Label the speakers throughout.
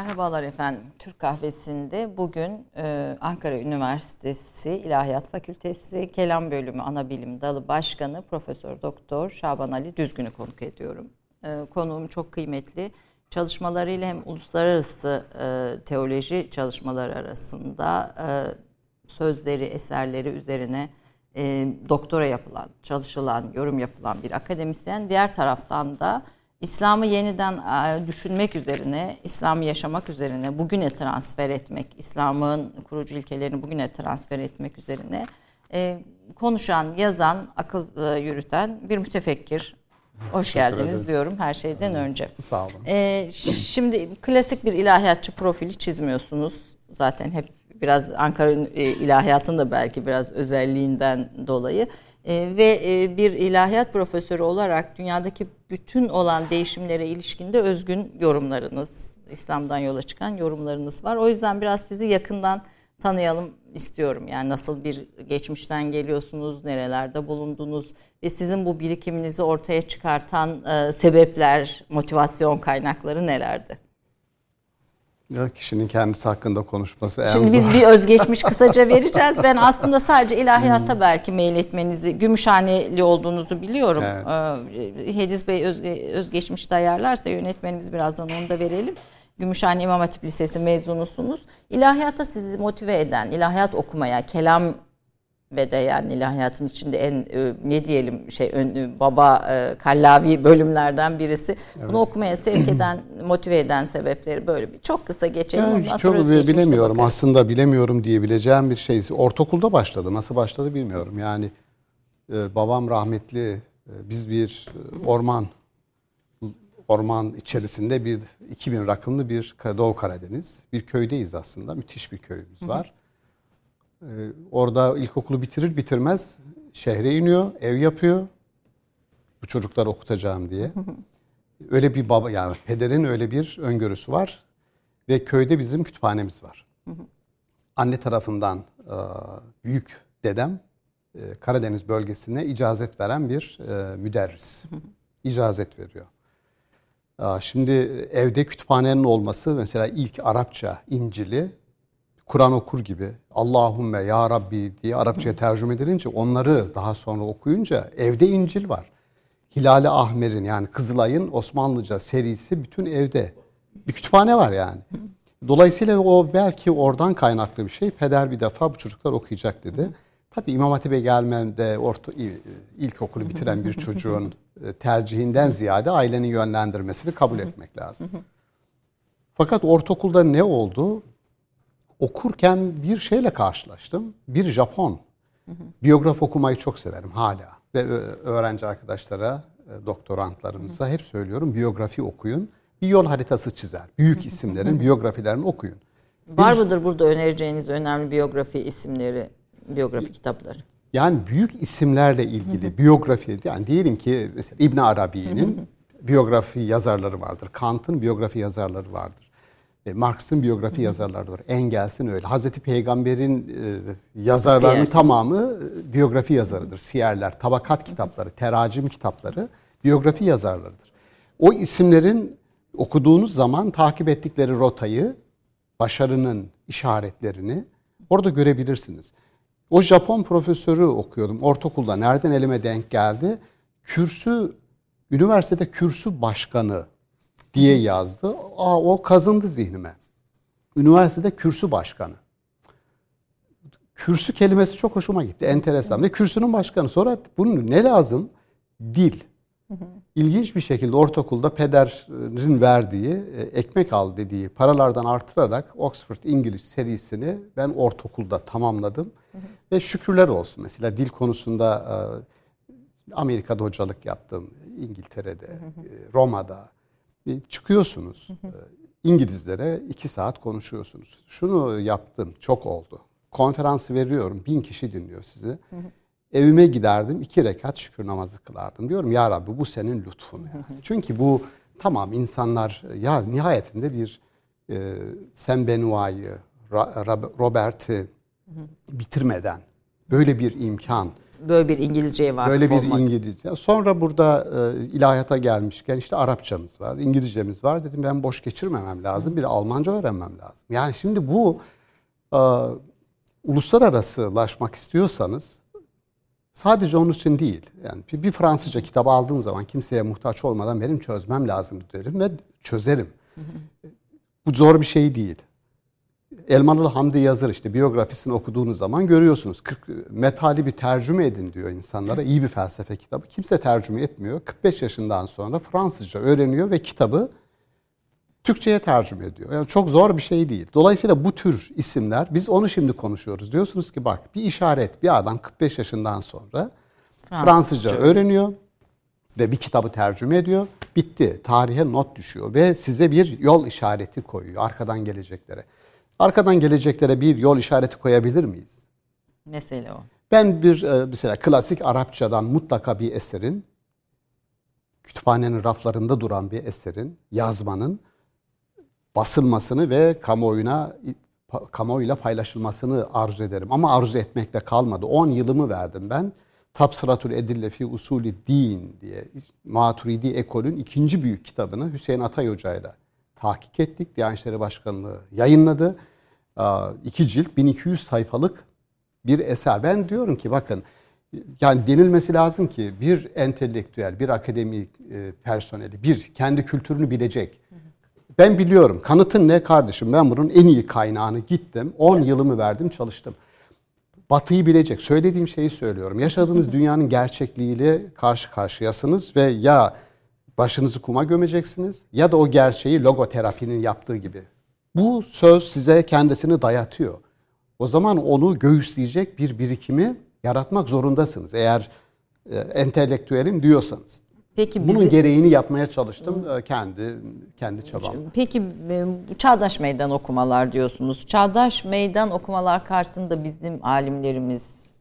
Speaker 1: Merhabalar efendim. Türk Kahvesi'nde bugün Ankara Üniversitesi İlahiyat Fakültesi Kelam Bölümü Anabilim Dalı Başkanı Profesör Doktor Şaban Ali Düzgün'ü konuk ediyorum. Konuğum çok kıymetli. Çalışmalarıyla hem uluslararası teoloji çalışmaları arasında sözleri, eserleri üzerine doktora yapılan, çalışılan, yorum yapılan bir akademisyen. Diğer taraftan da İslam'ı yeniden düşünmek üzerine, İslam'ı yaşamak üzerine, bugüne transfer etmek, İslam'ın kurucu ilkelerini bugüne transfer etmek üzerine konuşan, yazan, akıl yürüten bir mütefekkir. Hoş geldiniz diyorum her şeyden önce.
Speaker 2: Sağ olun.
Speaker 1: Şimdi klasik bir ilahiyatçı profili çizmiyorsunuz. Zaten hep biraz Ankara ilahiyatının da belki biraz özelliğinden dolayı. Ve bir ilahiyat profesörü olarak dünyadaki bütün olan değişimlere ilişkinde özgün yorumlarınız, İslam'dan yola çıkan yorumlarınız var. O yüzden biraz sizi yakından tanıyalım istiyorum. Yani nasıl bir geçmişten geliyorsunuz, nerelerde bulundunuz ve sizin bu birikiminizi ortaya çıkartan sebepler, motivasyon kaynakları nelerdi?
Speaker 2: Ya kişinin kendisi hakkında konuşması.
Speaker 1: Şimdi biz bir özgeçmiş kısaca vereceğiz. Ben aslında sadece ilahiyata belki meyletmenizi, Gümüşhaneli olduğunuzu biliyorum. Evet. Hediz Bey özgeçmiş de ayarlarsa yönetmenimiz birazdan onu da verelim. Gümüşhane İmam Hatip Lisesi mezunusunuz. İlahiyata sizi motive eden, ilahiyat okumaya, kelam ve de yani ilahiyatın içinde en ne diyelim baba kallavi bölümlerden birisi. Evet. Bunu okumaya sevk eden, motive eden sebepleri böyle bir çok kısa geçelim.
Speaker 2: Yani çok bilemiyorum aslında, bilemiyorum diyebileceğim bir şey. Ortaokulda başladı. Nasıl başladı bilmiyorum. Yani babam rahmetli, biz bir orman içerisinde bir 2000 rakımlı bir Doğu Karadeniz bir köydeyiz aslında. Müthiş bir köyümüz var. Orada ilkokulu bitirir bitirmez şehre iniyor, ev yapıyor. Bu çocukları okutacağım diye. Öyle bir baba, yani pederin öyle bir öngörüsü var. Ve köyde bizim kütüphanemiz var. Anne tarafından büyük dedem Karadeniz bölgesine icazet veren bir müderris. İcazet veriyor. Şimdi evde kütüphanenin olması, mesela ilk Arapça İncil'i Kur'an okur gibi Allahümme ya Rabbi diye Arapçaya tercüme edilince, onları daha sonra okuyunca evde İncil var. Hilal-i Ahmer'in, yani Kızılay'ın Osmanlıca serisi bütün evde. Bir kütüphane var yani. Dolayısıyla o belki oradan kaynaklı bir şey. Peder bir defa bu çocuklar okuyacak dedi. Tabii İmam Hatip'e gelmemde ilkokulu bitiren bir çocuğun tercihinden ziyade ailenin yönlendirmesini kabul etmek lazım. Fakat ortaokulda ne oldu? Okurken bir şeyle karşılaştım. Bir Japon. Biyograf okumayı çok severim hala. Ve öğrenci arkadaşlara, doktorantlarımıza hep söylüyorum, biyografi okuyun. Bir yol haritası çizer. Büyük isimlerin biyografilerini okuyun.
Speaker 1: Var mıdır burada önereceğiniz önemli biyografi isimleri, biyografi kitapları?
Speaker 2: Yani büyük isimlerle ilgili biyografi, yani diyelim ki mesela İbn Arabi'nin biyografi yazarları vardır. Kant'ın biyografi yazarları vardır. Marx'ın biyografi yazarları var. Engels'in öyle. Hazreti Peygamber'in yazarlarının tamamı biyografi yazarıdır. Siyerler, tabakat kitapları, teracim kitapları biyografi yazarlarıdır. O isimlerin okuduğunuz zaman takip ettikleri rotayı, başarının işaretlerini orada görebilirsiniz. O Japon profesörü okuyordum ortaokulda. Nereden elime denk geldi? Üniversitede kürsü başkanı diye yazdı. O kazındı zihnime. Üniversitede kürsü başkanı. Kürsü kelimesi çok hoşuma gitti. Enteresan. Ve kürsünün başkanı. Sonra bunun ne lazım? Dil. İlginç bir şekilde ortaokulda pederin verdiği, ekmek al dediği paralardan artırarak Oxford İngiliz serisini ben ortaokulda tamamladım. Ve şükürler olsun. Mesela dil konusunda Amerika'da hocalık yaptım. İngiltere'de, Roma'da. Çıkıyorsunuz. İngilizlere 2 saat konuşuyorsunuz. Şunu yaptım, çok oldu. Konferansı veriyorum, 1000 kişi dinliyor sizi. Evime giderdim, 2 rekat şükür namazı kılardım. Diyorum ya Rabbi, bu senin lütfun. Yani. Çünkü bu tamam, insanlar ya nihayetinde bir Sam Benoît'ı, Robert'i bitirmeden böyle bir imkan.
Speaker 1: Böyle bir İngilizceye vakıf
Speaker 2: böyle bir
Speaker 1: olmak.
Speaker 2: İngilizce. Sonra burada ilahiyata gelmişken işte Arapçamız var, İngilizcemiz var. Dedim ben boş geçirmemem lazım. Bir de Almanca öğrenmem lazım. Yani şimdi bu uluslararasılaşmak istiyorsanız sadece onun için değil. Yani bir Fransızca kitabı aldığım zaman kimseye muhtaç olmadan benim çözmem lazım derim ve çözerim. Bu zor bir şey değil. Elmalılı Hamdi Yazır işte biyografisini okuduğunuz zaman görüyorsunuz. 40 metali bir tercüme edin diyor insanlara. İyi bir felsefe kitabı. Kimse tercüme etmiyor. 45 yaşından sonra Fransızca öğreniyor ve kitabı Türkçe'ye tercüme ediyor. Yani çok zor bir şey değil. Dolayısıyla bu tür isimler, biz onu şimdi konuşuyoruz. Diyorsunuz ki bak bir işaret, bir adam 45 yaşından sonra Fransızca öğreniyor ve bir kitabı tercüme ediyor. Bitti. Tarihe not düşüyor ve size bir yol işareti koyuyor arkadan geleceklere. Arkadan geleceklere bir yol işareti koyabilir miyiz?
Speaker 1: Mesele o.
Speaker 2: Ben mesela klasik Arapçadan mutlaka bir eserin, kütüphanenin raflarında duran bir eserin, yazmanın basılmasını ve kamuoyuyla paylaşılmasını arzu ederim. Ama arzu etmekle kalmadı. 10 yılımı verdim ben. Tabsıratul Edille fi Usulü Din diye Maturidi ekolün ikinci büyük kitabını Hüseyin Atay Hoca'yla tahkik ettik. Diyanet İşleri Başkanlığı yayınladı. 2 cilt 1200 sayfalık bir eser. Ben diyorum ki bakın yani denilmesi lazım ki bir entelektüel, bir akademik personeli, bir kendi kültürünü bilecek. Ben biliyorum. Kanıtın ne kardeşim? Ben bunun en iyi kaynağını gittim. 10 yılımı verdim, çalıştım. Batı'yı bilecek. Söylediğim şeyi söylüyorum. Yaşadığınız dünyanın gerçekliğiyle karşı karşıyasınız ve ya başınızı kuma gömeceksiniz ya da o gerçeği logoterapinin yaptığı gibi. Bu söz size kendisini dayatıyor. O zaman onu göğüsleyecek bir birikimi yaratmak zorundasınız. Eğer entelektüelim diyorsanız.
Speaker 1: Peki
Speaker 2: bunun gereğini yapmaya çalıştım kendi çabam.
Speaker 1: Peki çağdaş meydan okumalar diyorsunuz. Çağdaş meydan okumalar karşısında bizim alimlerimiz,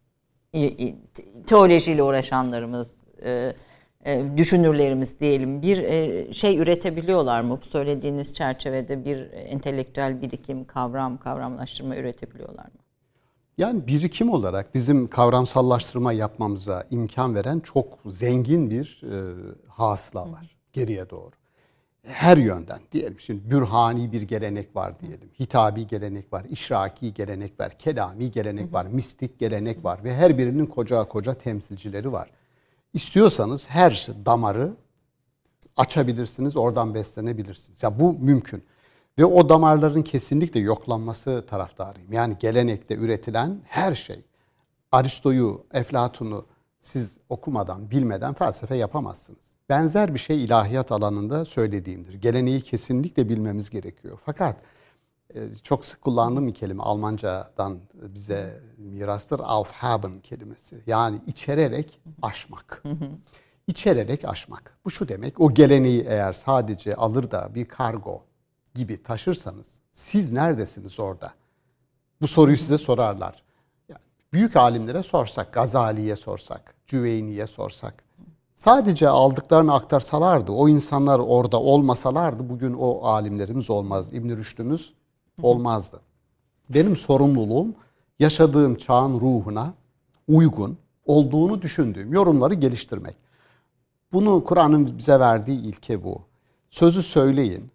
Speaker 1: teolojiyle uğraşanlarımız, düşünürlerimiz diyelim bir şey üretebiliyorlar mı? Bu söylediğiniz çerçevede bir entelektüel birikim, kavramlaştırma üretebiliyorlar mı?
Speaker 2: Yani birikim olarak bizim kavramsallaştırma yapmamıza imkan veren çok zengin bir hasıla var geriye doğru. Her yönden diyelim. Şimdi bürhani bir gelenek var diyelim. Hitabi gelenek var, işraki gelenek var, kelami gelenek var, mistik gelenek var ve her birinin koca temsilcileri var. İstiyorsanız her damarı açabilirsiniz, oradan beslenebilirsiniz. Ya bu mümkün. Ve o damarların kesinlikle yoklanması taraftarıyım. Yani gelenekte üretilen her şey. Aristo'yu, Eflatun'u siz okumadan, bilmeden felsefe yapamazsınız. Benzer bir şey ilahiyat alanında söylediğimdir. Geleneği kesinlikle bilmemiz gerekiyor. Fakat çok sık kullandığım bir kelime Almancadan bize mirastır. Aufhaben kelimesi. Yani içererek aşmak. İçererek aşmak. Bu şu demek. O geleneği eğer sadece alır da bir kargo gibi taşırsanız siz neredesiniz orada? Bu soruyu size sorarlar. Yani büyük alimlere sorsak, Gazali'ye sorsak, Cüveyni'ye sorsak, sadece aldıklarını aktarsalardı, o insanlar orada olmasalardı bugün o alimlerimiz olmazdı, İbn Rüşd'ümüz olmazdı. Benim sorumluluğum yaşadığım çağın ruhuna uygun olduğunu düşündüğüm yorumları geliştirmek. Bunu Kur'an'ın bize verdiği ilke bu. Sözü söyleyin.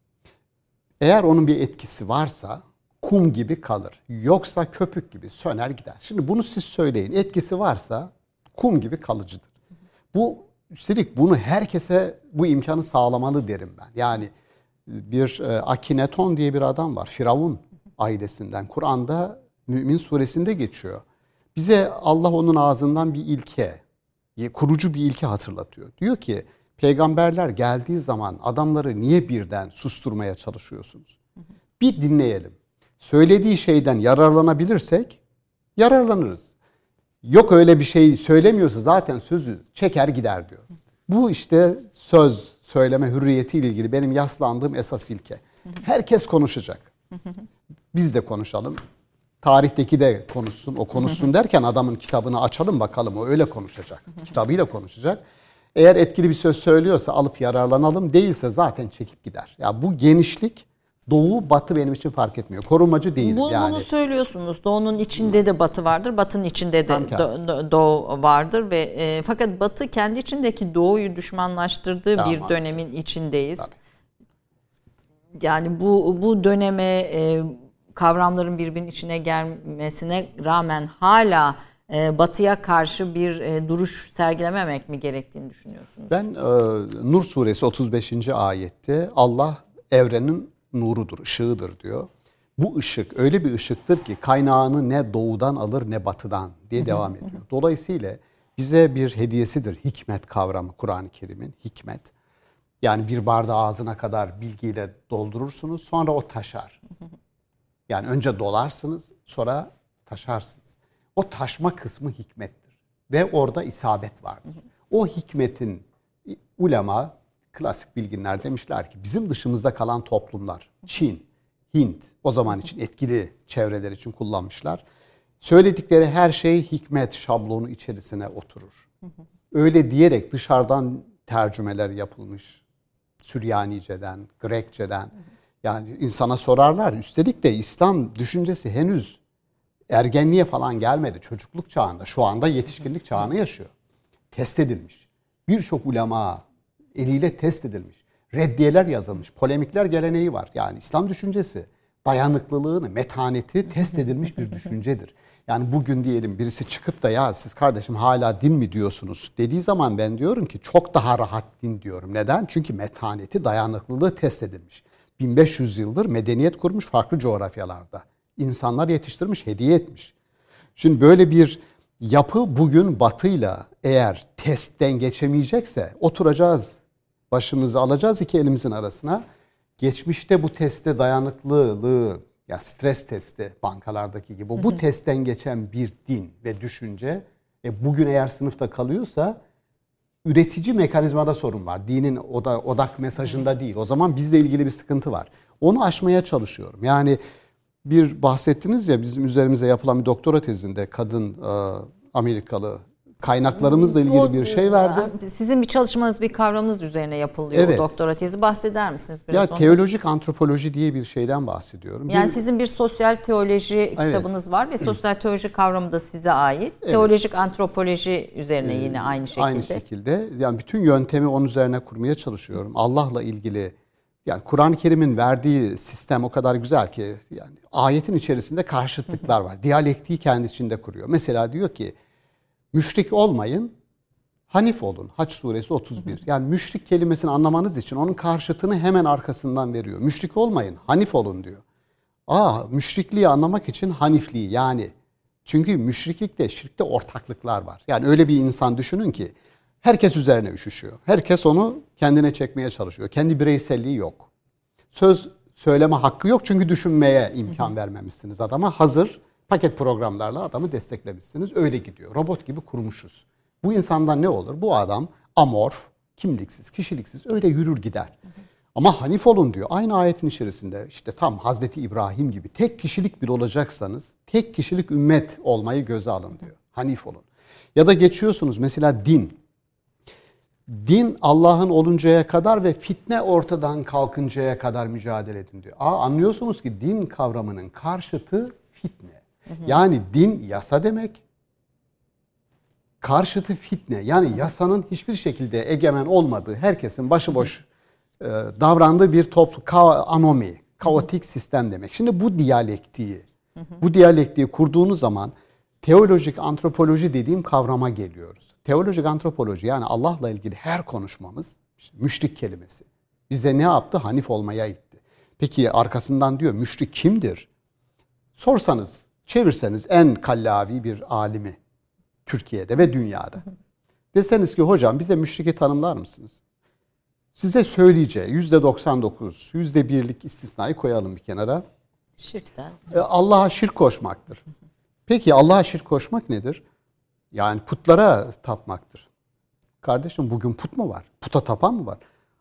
Speaker 2: Eğer onun bir etkisi varsa kum gibi kalır. Yoksa köpük gibi söner gider. Şimdi bunu siz söyleyin. Etkisi varsa kum gibi kalıcıdır. Üstelik bunu herkese bu imkanı sağlamalı derim ben. Yani bir Akineton diye bir adam var. Firavun ailesinden. Kur'an'da Mümin suresinde geçiyor. Bize Allah onun ağzından bir ilke, kurucu bir ilke hatırlatıyor. Diyor ki peygamberler geldiği zaman adamları niye birden susturmaya çalışıyorsunuz? Bir dinleyelim. Söylediği şeyden yararlanabilirsek yararlanırız. Yok öyle bir şey söylemiyorsa zaten sözü çeker gider diyor. Bu işte söz söyleme hürriyetiyle ilgili benim yaslandığım esas ilke. Herkes konuşacak. Biz de konuşalım. Tarihteki de konuşsun. O konuşsun derken adamın kitabını açalım bakalım. O öyle konuşacak. Kitabıyla konuşacak. Eğer etkili bir söz söylüyorsa alıp yararlanalım. Değilse zaten çekip gider. Ya bu genişlik Doğu, batı benim için fark etmiyor. Korumacı değilim yani.
Speaker 1: Bunu söylüyorsunuz. Doğu'nun içinde de batı vardır, batının içinde de doğu vardır ve fakat batı kendi içindeki doğuyu düşmanlaştırdığı bir dönemin içindeyiz. Tabii. Yani bu döneme kavramların birbirinin içine gelmesine rağmen hala batıya karşı bir duruş sergilememek mi gerektiğini düşünüyorsunuz?
Speaker 2: Ben Nur suresi 35. ayette Allah evrenin nurudur, ışığıdır diyor. Bu ışık öyle bir ışıktır ki kaynağını ne doğudan alır ne batıdan diye devam ediyor. Dolayısıyla bize bir hediyesidir hikmet kavramı Kur'an-ı Kerim'in hikmet. Yani bir bardağı ağzına kadar bilgiyle doldurursunuz sonra o taşar. Yani önce dolarsınız sonra taşarsınız. O taşma kısmı hikmettir ve orada isabet vardır. O hikmetin ulema, klasik bilginler demişler ki bizim dışımızda kalan toplumlar, Çin, Hint o zaman için etkili çevreler için kullanmışlar. Söyledikleri her şey hikmet şablonu içerisine oturur. Öyle diyerek dışarıdan tercümeler yapılmış. Süryanice'den, Grekçe'den. Yani insana sorarlar. Üstelik de İslam düşüncesi henüz ergenliğe falan gelmedi. Çocukluk çağında. Şu anda yetişkinlik çağını yaşıyor. Test edilmiş. Birçok ulema eliyle test edilmiş. Reddiyeler yazılmış. Polemikler geleneği var. Yani İslam düşüncesi dayanıklılığını, metaneti test edilmiş bir düşüncedir. Yani bugün diyelim birisi çıkıp da ya siz kardeşim hala din mi diyorsunuz dediği zaman ben diyorum ki çok daha rahat din diyorum. Neden? Çünkü metaneti, dayanıklılığı test edilmiş. 1500 yıldır medeniyet kurmuş farklı coğrafyalarda. İnsanlar yetiştirmiş, hediye etmiş. Şimdi böyle bir yapı bugün batıyla eğer testten geçemeyecekse oturacağız, başımızı alacağız iki elimizin arasına. Geçmişte bu teste dayanıklılığı, ya stres testi bankalardaki gibi bu testten geçen bir din ve düşünce bugün eğer sınıfta kalıyorsa üretici mekanizmada sorun var. Dinin odak mesajında değil. O zaman bizle ilgili bir sıkıntı var. Onu aşmaya çalışıyorum. Yani bir bahsettiniz ya bizim üzerimize yapılan bir doktora tezinde kadın Amerikalı kaynaklarımızla ilgili bir şey verdi.
Speaker 1: Sizin bir çalışmanız, bir kavramınız üzerine yapılıyor evet. O doktora tezi. Bahseder misiniz biraz?
Speaker 2: Ya teolojik antropoloji diye bir şeyden bahsediyorum.
Speaker 1: Yani sizin bir sosyal teoloji kitabınız var ve sosyal teoloji kavramı da size ait. Evet. Teolojik antropoloji üzerine yine aynı şekilde.
Speaker 2: Aynı şekilde. Yani bütün yöntemi onun üzerine kurmaya çalışıyorum. Allah'la ilgili yani Kur'an-ı Kerim'in verdiği sistem o kadar güzel ki yani ayetin içerisinde karşıtlıklar var. Diyalektiği kendi içinde kuruyor. Mesela diyor ki müşrik olmayın, hanif olun. Haç suresi 31. Yani müşrik kelimesini anlamanız için onun karşıtını hemen arkasından veriyor. Müşrik olmayın, hanif olun diyor. Müşrikliği anlamak için hanifliği yani. Çünkü müşriklikte, şirkte ortaklıklar var. Yani öyle bir insan düşünün ki herkes üzerine üşüşüyor. Herkes onu kendine çekmeye çalışıyor. Kendi bireyselliği yok. Söz söyleme hakkı yok çünkü düşünmeye imkan vermemişsiniz adama. Hazır paket programlarla adamı desteklemişsiniz. Öyle gidiyor. Robot gibi kurmuşuz. Bu insandan ne olur? Bu adam amorf, kimliksiz, kişiliksiz öyle yürür gider. Ama hanif olun diyor. Aynı ayetin içerisinde işte tam Hazreti İbrahim gibi tek kişilik bir olacaksanız tek kişilik ümmet olmayı göze alın diyor. Hanif olun. Ya da geçiyorsunuz mesela din. Din Allah'ın oluncaya kadar ve fitne ortadan kalkıncaya kadar mücadele edin diyor. Anlıyorsunuz ki din kavramının karşıtı fitne. Yani din yasa demek. Karşıtı fitne. Yani yasanın hiçbir şekilde egemen olmadığı, herkesin başıboş davrandığı bir anomi, kaotik sistem demek. Şimdi bu diyalektiği kurduğunuz zaman teolojik antropoloji dediğim kavrama geliyoruz. Teolojik antropoloji yani Allah'la ilgili her konuşmamız işte müşrik kelimesi. Bize ne yaptı? Hanif olmaya itti. Peki arkasından diyor müşrik kimdir? Sorsanız, çevirseniz en kallavi bir alimi Türkiye'de ve dünyada. Deseniz ki hocam bize müşriki tanımlar mısınız? Size söyleyeceği %99, %1'lik istisnayı koyalım bir kenara.
Speaker 1: Şirkten.
Speaker 2: Allah'a şirk koşmaktır. Peki Allah'a şirk koşmak nedir? Yani putlara tapmaktır. Kardeşim bugün put mu var? Puta tapan mı var?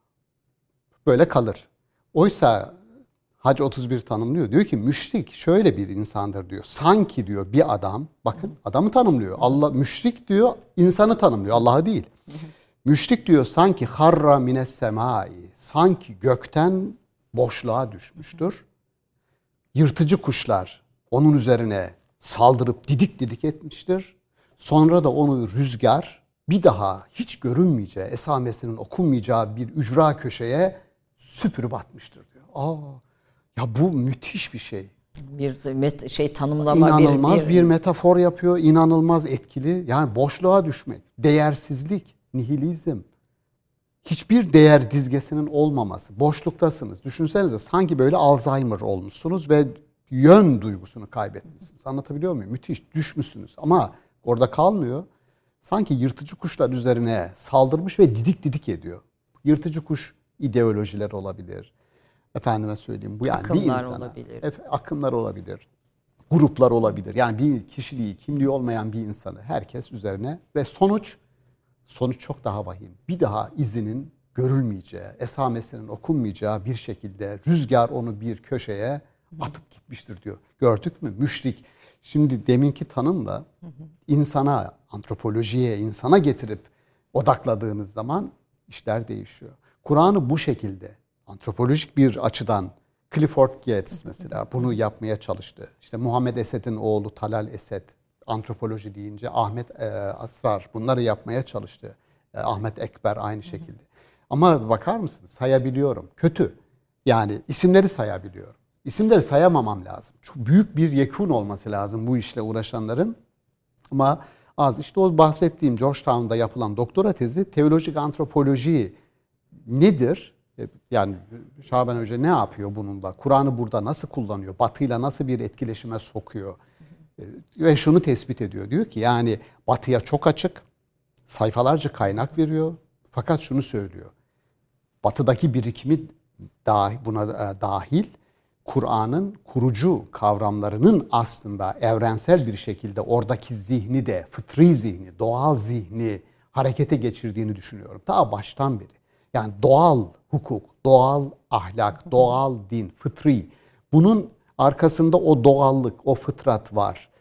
Speaker 2: Böyle kalır. Oysa Hac 31 tanımlıyor. Diyor ki müşrik şöyle bir insandır diyor. Sanki diyor bir adam, bakın adamı tanımlıyor. Allah müşrik diyor, insanı tanımlıyor, Allah'ı değil. Müşrik diyor sanki harra mines semai, sanki gökten boşluğa düşmüştür. Yırtıcı kuşlar onun üzerine saldırıp didik didik etmiştir. Sonra da onu rüzgar bir daha hiç görünmeyeceği, esamesinin okunmayacağı bir ücra köşeye süpürüp atmıştır diyor. Ya bu müthiş bir şey.
Speaker 1: Bir tanımlama,
Speaker 2: İnanılmaz bir metafor yapıyor, inanılmaz etkili. Yani boşluğa düşmek, değersizlik, nihilizm, hiçbir değer dizgesinin olmaması, boşluktasınız. Düşünsenize sanki böyle Alzheimer olmuşsunuz ve yön duygusunu kaybetmişsiniz. Anlatabiliyor muyum? Müthiş, düşmüşsünüz ama orada kalmıyor. Sanki yırtıcı kuşlar üzerine saldırmış ve didik didik ediyor. Yırtıcı kuş ideolojiler olabilir. Efendime söyleyeyim, bu yani
Speaker 1: akımlar
Speaker 2: bir insana,
Speaker 1: olabilir.
Speaker 2: Akımlar olabilir. Gruplar olabilir. Yani bir kişiliği, kimliği olmayan bir insanı herkes üzerine ve sonuç çok daha vahim. Bir daha izinin görülmeyeceği, esamesinin okunmayacağı bir şekilde rüzgar onu bir köşeye atıp gitmiştir diyor. Gördük mü? Müşrik. Şimdi deminki tanımla insana, antropolojiye, insana getirip odakladığınız zaman işler değişiyor. Kur'an'ı bu şekilde antropolojik bir açıdan Clifford Geertz mesela bunu yapmaya çalıştı. İşte Muhammed Esed'in oğlu Talal Esed antropoloji deyince Ahmet Asrar bunları yapmaya çalıştı. Ahmet Ekber aynı şekilde. Ama bakar mısınız? Sayabiliyorum. Kötü. Yani isimleri sayabiliyorum. İsimleri sayamamam lazım. Çok büyük bir yekûn olması lazım bu işle uğraşanların. Ama az. İşte o bahsettiğim Georgetown'da yapılan doktora tezi teolojik antropoloji nedir? Yani Şaban Hoca ne yapıyor bununla? Kur'an'ı burada nasıl kullanıyor? Batı'yla nasıl bir etkileşime sokuyor? Ve şunu tespit ediyor. Diyor ki yani Batı'ya çok açık, sayfalarca kaynak veriyor. Fakat şunu söylüyor. Batı'daki birikimi buna dahil Kur'an'ın kurucu kavramlarının aslında evrensel bir şekilde oradaki zihni de, fıtri zihni, doğal zihni harekete geçirdiğini düşünüyorum. Ta baştan beri. Yani doğal hukuk, doğal ahlak, doğal din, fıtri. Bunun arkasında o doğallık, o fıtrat var.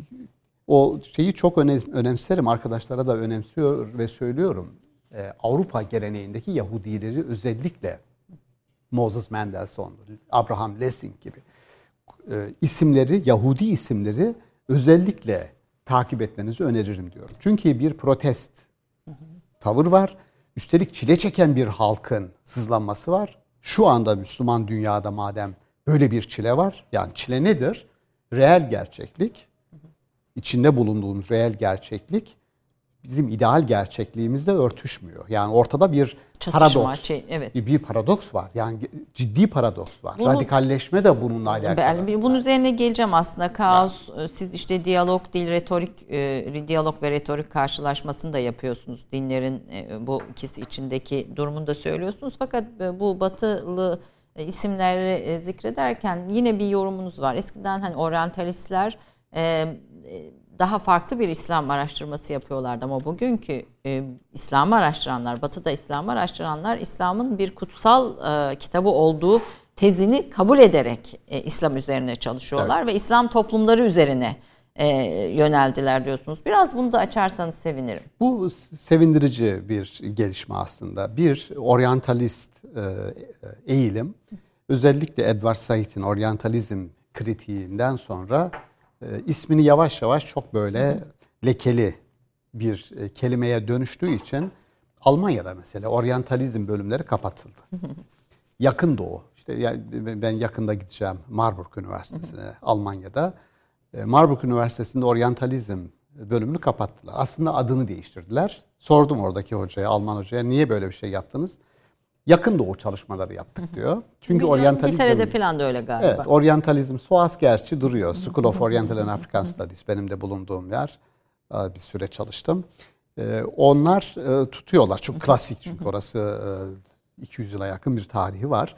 Speaker 2: O şeyi çok önemserim. Arkadaşlara da önemsiyor ve söylüyorum. Avrupa geleneğindeki Yahudileri özellikle Moses Mendelssohn, Abraham Lessing gibi isimleri, Yahudi isimleri özellikle takip etmenizi öneririm diyorum. Çünkü bir protest tavır var. Üstelik çile çeken bir halkın sızlanması var. Şu anda Müslüman dünyada madem böyle bir çile var. Yani çile nedir? Reel gerçeklik. İçinde bulunduğumuz reel gerçeklik bizim ideal gerçekliğimizle örtüşmüyor. Yani ortada bir paradoks.
Speaker 1: Evet.
Speaker 2: Bir paradoks var. Yani ciddi paradoks var. Radikalleşme de bununla alakalı.
Speaker 1: Bunun üzerine geleceğim aslında. Kaos, siz işte diyalog ve retorik karşılaşmasını da yapıyorsunuz. Dinlerin bu ikisi içindeki durumunu da söylüyorsunuz. Fakat bu batılı isimleri zikrederken yine bir yorumunuz var. Eskiden hani oryantalistler daha farklı bir İslam araştırması yapıyorlardı ama bugünkü İslam'ı araştıranlar, Batı'da İslam'ı araştıranlar İslam'ın bir kutsal kitabı olduğu tezini kabul ederek İslam üzerine çalışıyorlar, evet. Ve İslam toplumları üzerine yöneldiler diyorsunuz. Biraz bunu da açarsanız sevinirim.
Speaker 2: Bu sevindirici bir gelişme aslında. Bir oryantalist eğilim, özellikle Edward Said'in oryantalizm kritiğinden sonra ismini yavaş yavaş çok böyle lekeli bir kelimeye dönüştüğü için Almanya'da mesela oryantalizm bölümleri kapatıldı. Yakın Doğu. İşte ben yakında gideceğim Marburg Üniversitesi'ne Almanya'da. Marburg Üniversitesi'nde oryantalizm bölümünü kapattılar. Aslında adını değiştirdiler. Sordum oradaki hocaya, Alman hocaya, niye böyle bir şey yaptınız? Yakın Doğu çalışmaları yaptık diyor. Çünkü oryantalizm...
Speaker 1: İngiltere'de falan da öyle galiba.
Speaker 2: Evet, oryantalizm, SOAS gerçi duruyor. School of Oriental and African Studies benim de bulunduğum yer. Bir süre çalıştım. Onlar tutuyorlar. Çok klasik çünkü orası 200 yıla yakın bir tarihi var.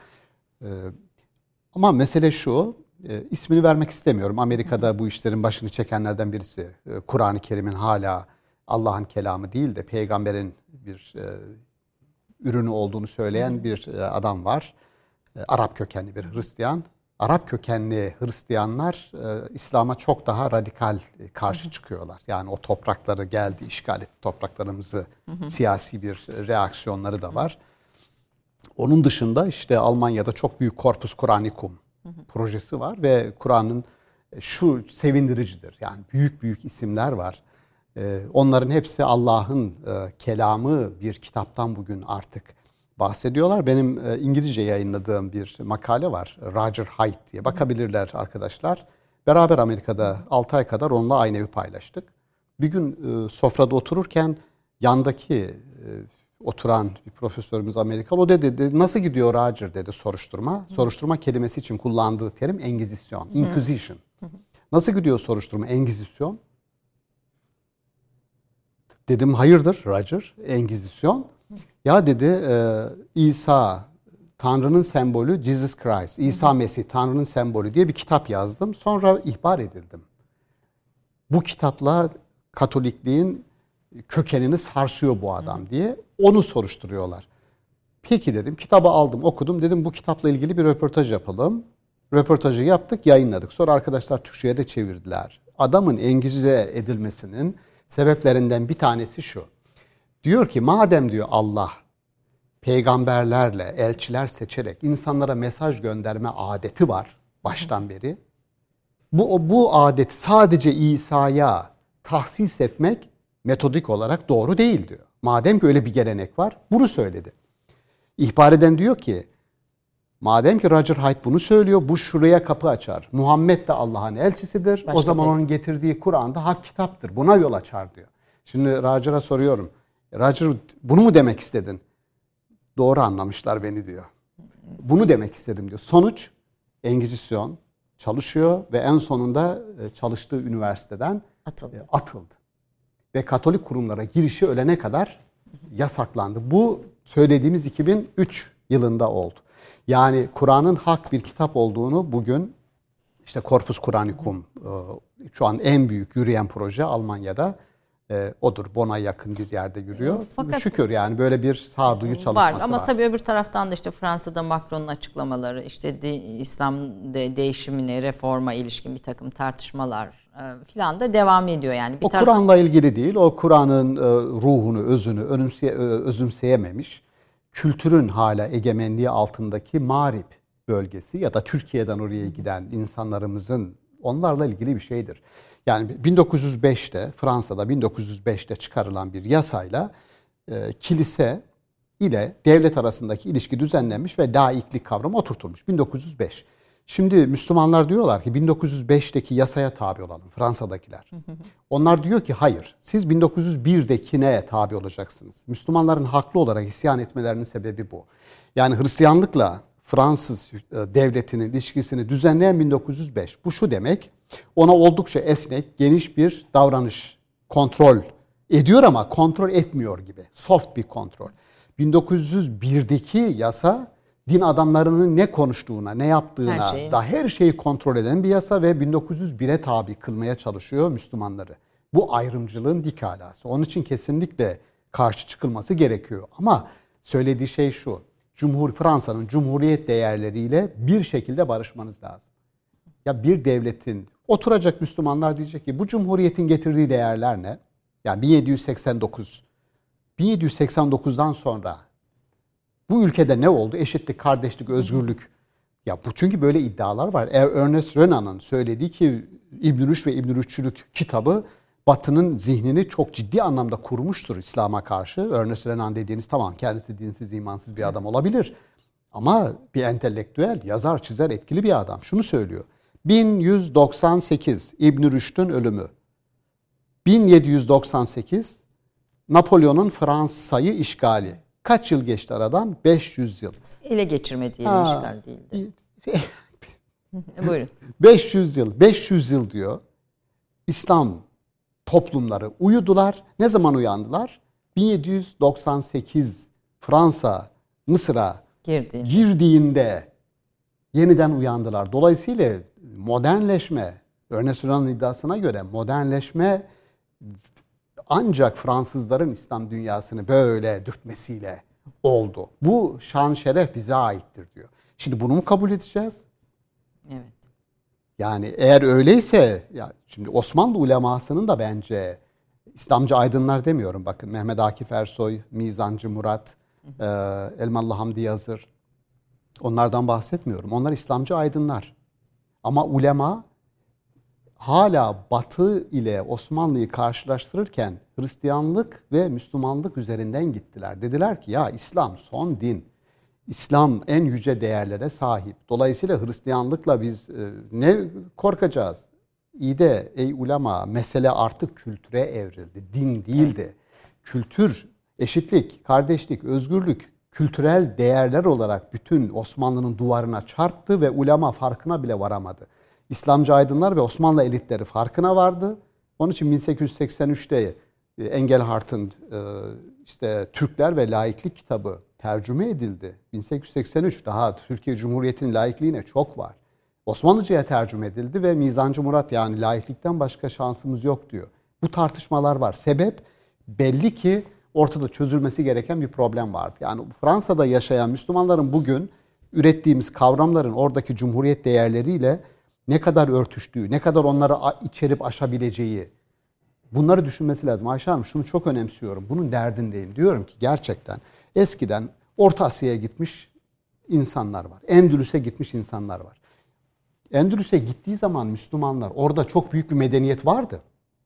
Speaker 2: Ama mesele şu, ismini vermek istemiyorum. Amerika'da bu işlerin başını çekenlerden birisi. Kur'an-ı Kerim'in hala Allah'ın kelamı değil de peygamberin bir ürünü olduğunu söyleyen bir adam var. Arap kökenli bir Hristiyan. Arap kökenli Hristiyanlar İslam'a çok daha radikal karşı çıkıyorlar. Yani o toprakları geldi, işgal etti topraklarımızı, siyasi bir reaksiyonları da var. Onun dışında işte Almanya'da çok büyük Corpus Coranicum projesi var ve Kur'an'ın şu sevindiricidir. Yani büyük büyük isimler var. Onların hepsi Allah'ın kelamı bir kitaptan bugün artık bahsediyorlar. Benim İngilizce yayınladığım bir makale var. Roger Haidt diye. Bakabilirler arkadaşlar. Beraber Amerika'da 6 ay kadar onunla aynı evi paylaştık. Bir gün sofrada otururken yandaki oturan bir profesörümüz Amerikalı, o dedi nasıl gidiyor Roger dedi soruşturma. Soruşturma kelimesi için kullandığı terim Engizisyon, Inquisition. Nasıl gidiyor soruşturma, Engizisyon? Dedim hayırdır Roger, Engizisyon? Ya dedi İsa Tanrı'nın sembolü, Jesus Christ, İsa Mesih Tanrı'nın sembolü diye bir kitap yazdım. Sonra ihbar edildim. Bu kitapla Katolikliğin kökenini sarsıyor bu adam diye onu soruşturuyorlar. Peki dedim, kitabı aldım, okudum. Dedim bu kitapla ilgili bir röportaj yapalım. Röportajı yaptık, yayınladık. Sonra arkadaşlar Türkçe'ye de çevirdiler. Adamın Engize edilmesinin sebeplerinden bir tanesi şu. Diyor ki madem diyor Allah peygamberlerle, elçiler seçerek insanlara mesaj gönderme adeti var baştan beri. Bu adeti sadece İsa'ya tahsis etmek metodik olarak doğru değil diyor. Madem ki öyle bir gelenek var, bunu söyledi. İhbar eden diyor ki, madem ki Roger Haidt bunu söylüyor, bu şuraya kapı açar. Muhammed de Allah'ın elçisidir. O zaman onun getirdiği Kur'an'da hak kitaptır. Buna yol açar diyor. Şimdi Roger'a soruyorum. Roger bunu mu demek istedin? Doğru anlamışlar beni diyor. Bunu demek istedim diyor. Sonuç Engizisyon çalışıyor ve en sonunda çalıştığı üniversiteden atıldı. Ve Katolik kurumlara girişi ölene kadar yasaklandı. Bu söylediğimiz 2003 yılında oldu. Yani Kur'an'ın hak bir kitap olduğunu bugün işte Corpus Coranicum şu an en büyük yürüyen proje Almanya'da odur. Bonn'a yakın bir yerde yürüyor. Fakat şükür yani böyle bir sağduyu çalışması var.
Speaker 1: Ama tabii öbür taraftan da işte Fransa'da Macron'un açıklamaları, işte İslam değişimine, reforma ilişkin bir takım tartışmalar filan da devam ediyor yani.
Speaker 2: O Kur'an'la ilgili değil. O Kur'an'ın ruhunu, özünü özümseyememiş. Kültürün hala egemenliği altındaki Mağrip bölgesi ya da Türkiye'den oraya giden insanlarımızın onlarla ilgili bir şeydir. Yani 1905'te Fransa'da 1905'te çıkarılan bir yasayla kilise ile devlet arasındaki ilişki düzenlenmiş ve laiklik kavramı oturtulmuş 1905. Şimdi Müslümanlar diyorlar ki 1905'teki yasaya tabi olalım Fransa'dakiler. Onlar diyor ki hayır siz 1901'dekine tabi olacaksınız. Müslümanların haklı olarak isyan etmelerinin sebebi bu. Yani Hristiyanlıkla Fransız devletinin ilişkisini düzenleyen 1905. Bu şu demek, ona oldukça esnek, geniş bir davranış, kontrol ediyor ama kontrol etmiyor gibi. Soft bir kontrol. 1901'deki yasa din adamlarının ne konuştuğuna, ne yaptığına her şeyi kontrol eden bir yasa ve 1901'e tabi kılmaya çalışıyor Müslümanları. Bu ayrımcılığın dik alası. Onun için kesinlikle karşı çıkılması gerekiyor. Ama söylediği şey şu. Fransa'nın cumhuriyet değerleriyle bir şekilde barışmanız lazım. Ya bir devletin oturacak Müslümanlar diyecek ki bu cumhuriyetin getirdiği değerler ne? Yani 1789. 1789'dan sonra bu ülkede ne oldu? Eşitlik, kardeşlik, özgürlük. Ya bu çünkü böyle iddialar var. Ernest Renan'ın söylediği ki İbn Rüşd ve İbn Rüşdçülük kitabı Batı'nın zihnini çok ciddi anlamda kurmuştur İslam'a karşı. Ernest Renan dediğiniz tamam kendisi dinsiz, imansız bir adam olabilir. Ama bir entelektüel, yazar, çizer, etkili bir adam. Şunu söylüyor. 1198 İbn Rüşd'ün ölümü. 1798 Napolyon'un Fransa'yı işgali. Kaç yıl geçti aradan? 500 yıl.
Speaker 1: Ele geçirme diyelim, işgal değildi. Buyurun.
Speaker 2: 500 yıl. 500 yıl diyor. İslam toplumları uyudular. Ne zaman uyandılar? 1798 Fransa Mısır'a girdiğinde yeniden uyandılar. Dolayısıyla modernleşme, Ernest Renan'ın iddiasına göre modernleşme ancak Fransızların İslam dünyasını böyle dürtmesiyle oldu. Bu şan şeref bize aittir diyor. Şimdi bunu mu kabul edeceğiz?
Speaker 1: Evet.
Speaker 2: Yani eğer öyleyse ya şimdi Osmanlı ulemasının da bence İslamcı aydınlar demiyorum. Bakın Mehmet Akif Ersoy, Mizancı Murat, Elmalı Hamdi Yazır. Onlardan bahsetmiyorum. Onlar İslamcı aydınlar. Ama ulema hala Batı ile Osmanlı'yı karşılaştırırken Hristiyanlık ve Müslümanlık üzerinden gittiler. Dediler ki ya İslam son din. İslam en yüce değerlere sahip. Dolayısıyla Hristiyanlıkla biz ne korkacağız? İyi de ey ulema, mesele artık kültüre evrildi. Din değildi. Kültür, eşitlik, kardeşlik, özgürlük, kültürel değerler olarak bütün Osmanlı'nın duvarına çarptı ve ulema farkına bile varamadı. İslamcı aydınlar ve Osmanlı elitleri farkına vardı. Onun için 1883'te Engelhart'ın işte Türkler ve Laiklik kitabı tercüme edildi. 1883, daha Türkiye Cumhuriyeti'nin laikliğine çok var. Osmanlıca'ya tercüme edildi ve Mizancı Murat, yani laiklikten başka şansımız yok diyor. Bu tartışmalar var. Sebep belli ki ortada çözülmesi gereken bir problem vardı. Yani Fransa'da yaşayan Müslümanların bugün ürettiğimiz kavramların oradaki cumhuriyet değerleriyle ne kadar örtüştüğü, ne kadar onları içerip aşabileceği, bunları düşünmesi lazım. Ayşe Hanım, şunu çok önemsiyorum. Bunun derdindeyim. Diyorum ki gerçekten eskiden Orta Asya'ya gitmiş insanlar var. Endülüs'e gitmiş insanlar var. Endülüs'e gittiği zaman Müslümanlar, orada çok büyük bir medeniyet vardı.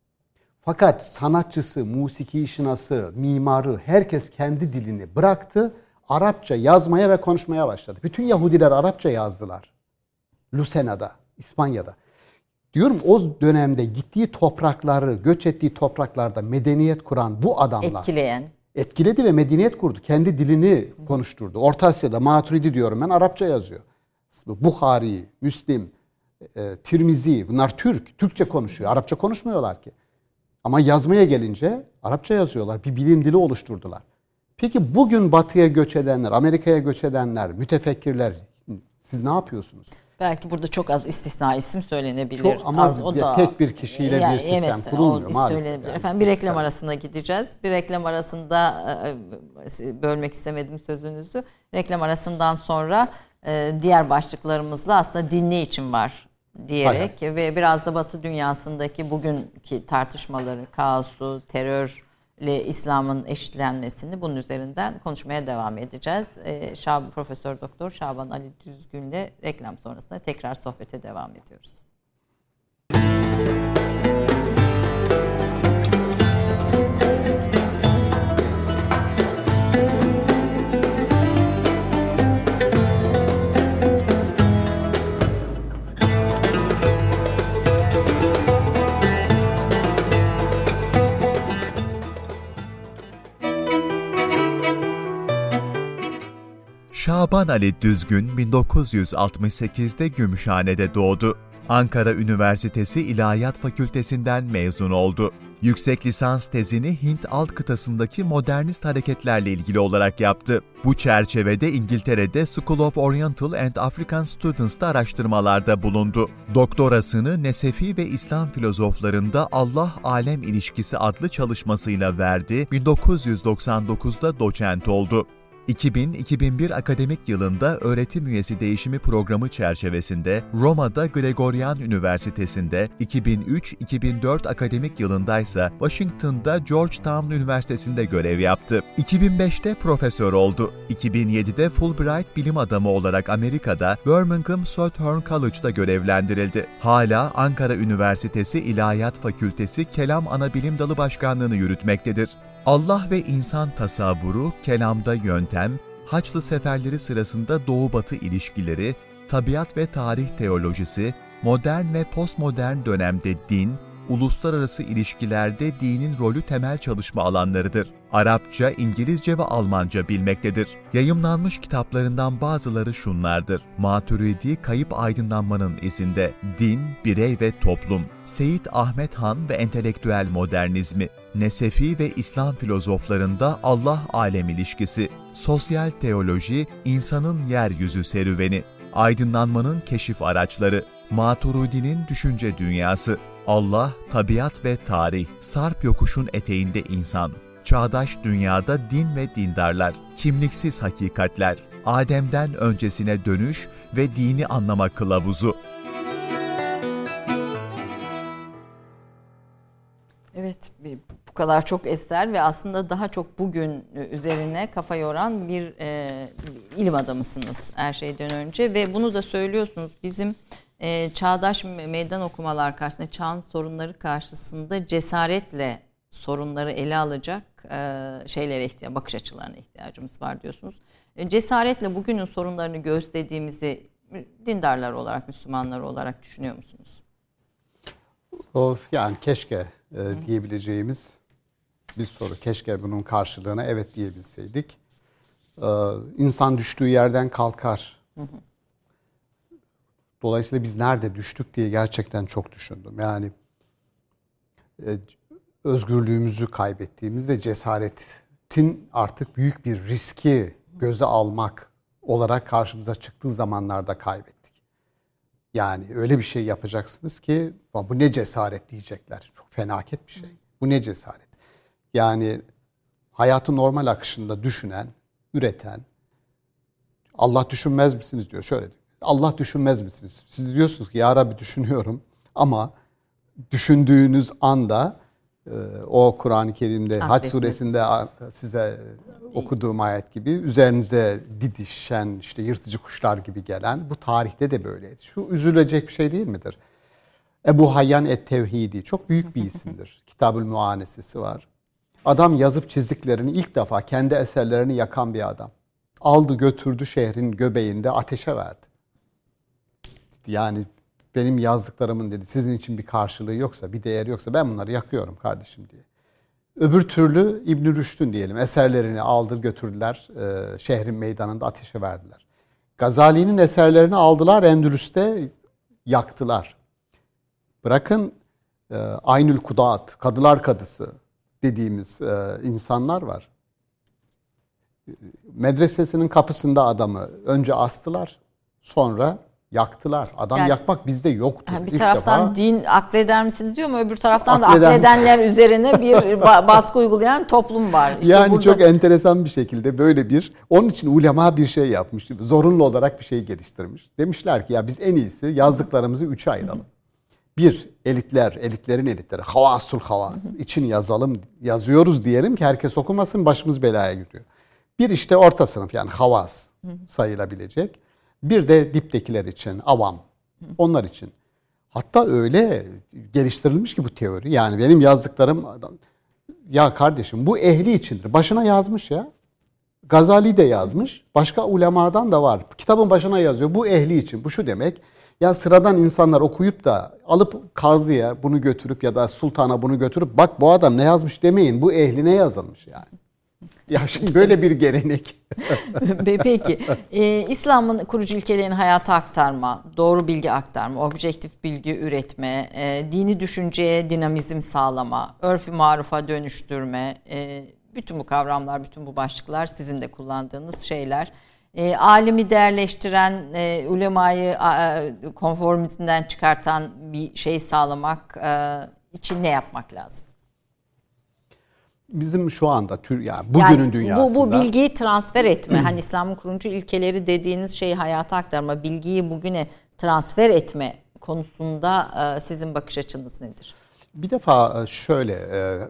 Speaker 2: Fakat sanatçısı, musiki şinası, mimarı, herkes kendi dilini bıraktı. Arapça yazmaya ve konuşmaya başladı. Bütün Yahudiler Arapça yazdılar. Lusena'da, İspanya'da. Diyorum, o dönemde gittiği toprakları, göç ettiği topraklarda medeniyet kuran bu adamlar etkiledi ve medeniyet kurdu. Kendi dilini konuşturdu. Orta Asya'da Maturidi diyorum ben, Arapça yazıyor. Buhari, Müslim, Tirmizi, bunlar Türkçe konuşuyor. Arapça konuşmuyorlar ki. Ama yazmaya gelince Arapça yazıyorlar. Bir bilim dili oluşturdular. Peki bugün Batı'ya göç edenler, Amerika'ya göç edenler, mütefekkirler, siz ne yapıyorsunuz?
Speaker 1: Belki burada çok az istisna isim söylenebilir.
Speaker 2: Çok, ama
Speaker 1: az, o da,
Speaker 2: tek bir kişiyle bir sistem kurulmuyor maalesef.
Speaker 1: Yani. Efendim, bir reklam arasına gideceğiz. Bir reklam arasında, bölmek istemedim sözünüzü. Reklam arasından sonra diğer başlıklarımızla aslında din ne için var diyerek ve biraz da Batı dünyasındaki bugünkü tartışmaları, kaosu, terörle İslam'ın eşitlenmesini, bunun üzerinden konuşmaya devam edeceğiz. Profesör Doktor Şaban Ali Düzgün'le reklam sonrasında tekrar sohbete devam ediyoruz.
Speaker 3: Şaban Ali Düzgün 1968'de Gümüşhane'de doğdu. Ankara Üniversitesi İlahiyat Fakültesinden mezun oldu. Yüksek lisans tezini Hint alt kıtasındaki modernist hareketlerle ilgili olarak yaptı. Bu çerçevede İngiltere'de School of Oriental and African Studies'ta araştırmalarda bulundu. Doktorasını Nesefi ve İslam filozoflarında Allah-alem ilişkisi adlı çalışmasıyla verdi. 1999'da doçent oldu. 2000-2001 akademik yılında öğretim üyesi değişimi programı çerçevesinde Roma'da Gregorian Üniversitesi'nde, 2003-2004 akademik yılındaysa Washington'da Georgetown Üniversitesi'nde görev yaptı. 2005'te profesör oldu. 2007'de Fulbright bilim adamı olarak Amerika'da Birmingham Southern College'da görevlendirildi. Hala Ankara Üniversitesi İlahiyat Fakültesi Kelam Anabilim Dalı Başkanlığı'nı yürütmektedir. Allah ve insan tasavvuru, kelamda yöntem, Haçlı seferleri sırasında Doğu-Batı ilişkileri, tabiat ve tarih teolojisi, modern ve postmodern dönemde din, uluslararası ilişkilerde dinin rolü temel çalışma alanlarıdır. Arapça, İngilizce ve Almanca bilmektedir. Yayımlanmış kitaplarından bazıları şunlardır: Maturidi Kayıp Aydınlanmanın İzinde, Din, Birey ve Toplum, Seyit Ahmet Han ve Entelektüel Modernizmi, Nesefi ve İslam filozoflarında Allah-alem ilişkisi, Sosyal Teoloji, İnsanın Yeryüzü Serüveni, Aydınlanmanın Keşif Araçları, Maturidi'nin Düşünce Dünyası, Allah, Tabiat ve Tarih, Sarp Yokuşun Eteğinde İnsan, Çağdaş Dünyada Din ve Dindarlar, Kimliksiz Hakikatler, Adem'den Öncesine Dönüş ve Dini Anlama Kılavuzu.
Speaker 1: Evet, bu kadar çok eser ve aslında daha çok bugün üzerine kafa yoran bir ilim adamısınız her şeyden önce ve bunu da söylüyorsunuz. Bizim çağdaş meydan okumalar karşısında, çağın sorunları karşısında cesaretle sorunları ele alacak bakış açılarına ihtiyacımız var diyorsunuz. Cesaretle bugünün sorunlarını göğüslediğimizi dindarlar olarak, Müslümanlar olarak düşünüyor musunuz?
Speaker 2: Yani keşke diyebileceğimiz bir soru. Keşke bunun karşılığına evet diyebilseydik. İnsan düştüğü yerden kalkar. Dolayısıyla biz nerede düştük diye gerçekten çok düşündüm. Yani özgürlüğümüzü kaybettiğimiz ve cesaretin artık büyük bir riski göze almak olarak karşımıza çıktığı zamanlarda kaybettik. Yani öyle bir şey yapacaksınız ki bu ne cesaret diyecekler. Çok fenaket bir şey. Bu ne cesaret. Yani hayatı normal akışında düşünen, üreten, Allah düşünmez misiniz diyor. Şöyle diyor. Allah düşünmez misiniz? Siz diyorsunuz ki ya Rabbi düşünüyorum ama düşündüğünüz anda o Kur'an-ı Kerim'de Hac suresinde size okuduğum ayet gibi üzerinize didişen işte yırtıcı kuşlar gibi gelen bu tarihte de böyleydi. Şu üzülecek bir şey değil midir? Ebu Hayyan et-Tevhidi çok büyük bir isimdir. Kitab-ül Muanesesi var. Adam yazıp çizdiklerini ilk defa kendi eserlerini yakan bir adam. Aldı götürdü şehrin göbeğinde ateşe verdi. Yani benim yazdıklarımın dedi sizin için bir karşılığı yoksa, bir değeri yoksa ben bunları yakıyorum kardeşim diye. Öbür türlü İbn-i Rüşd'ün diyelim eserlerini aldı götürdüler şehrin meydanında ateşe verdiler. Gazali'nin eserlerini aldılar Endülüs'te yaktılar. Bırakın Aynül Kudat, Kadılar Kadısı dediğimiz insanlar var. Medresesinin kapısında adamı önce astılar, sonra yaktılar. Adam yani, yakmak bizde yoktu.
Speaker 1: Bir taraftan din akleder misiniz diyor ama öbür taraftan da akledenler üzerine bir baskı uygulayan toplum var.
Speaker 2: İşte yani burada... çok enteresan bir şekilde böyle bir, onun için ulema bir şey yapmış. Zorunlu olarak bir şey geliştirmiş. Demişler ki ya biz en iyisi yazdıklarımızı üçe ayıralım. Bir, elitlerin elitleri. Havasul havas. İçin yazıyoruz diyelim ki herkes okumasın başımız belaya giriyor. Bir işte orta sınıf yani havas sayılabilecek. Bir de diptekiler için, avam. Onlar için. Hatta öyle geliştirilmiş ki bu teori. Yani benim yazdıklarım, ya kardeşim bu ehli içindir. Başına yazmış ya. Gazali de yazmış. Başka ulemadan da var. Kitabın başına yazıyor. Bu ehli için. Bu şu demek. Ya sıradan insanlar okuyup da alıp kadıya bunu götürüp ya da sultana bunu götürüp bak bu adam ne yazmış demeyin. Bu ehline yazılmış yani. Ya şimdi böyle bir gelenek.
Speaker 1: Peki, İslam'ın kurucu ilkelerini hayata aktarma, doğru bilgi aktarma, objektif bilgi üretme, dini düşünceye dinamizm sağlama, örf-ü marufa dönüştürme, bütün bu kavramlar, bütün bu başlıklar sizin de kullandığınız şeyler. Alimi değerleştiren, ulemayı konformizmden çıkartan bir şey sağlamak için ne yapmak lazım?
Speaker 2: Bizim şu anda yani bugünün yani dünyasında
Speaker 1: bu bilgiyi transfer etme hani İslam'ın kurucu ilkeleri dediğiniz şeyi hayata aktarma, bilgiyi bugüne transfer etme konusunda sizin bakış açınız nedir?
Speaker 2: Bir defa şöyle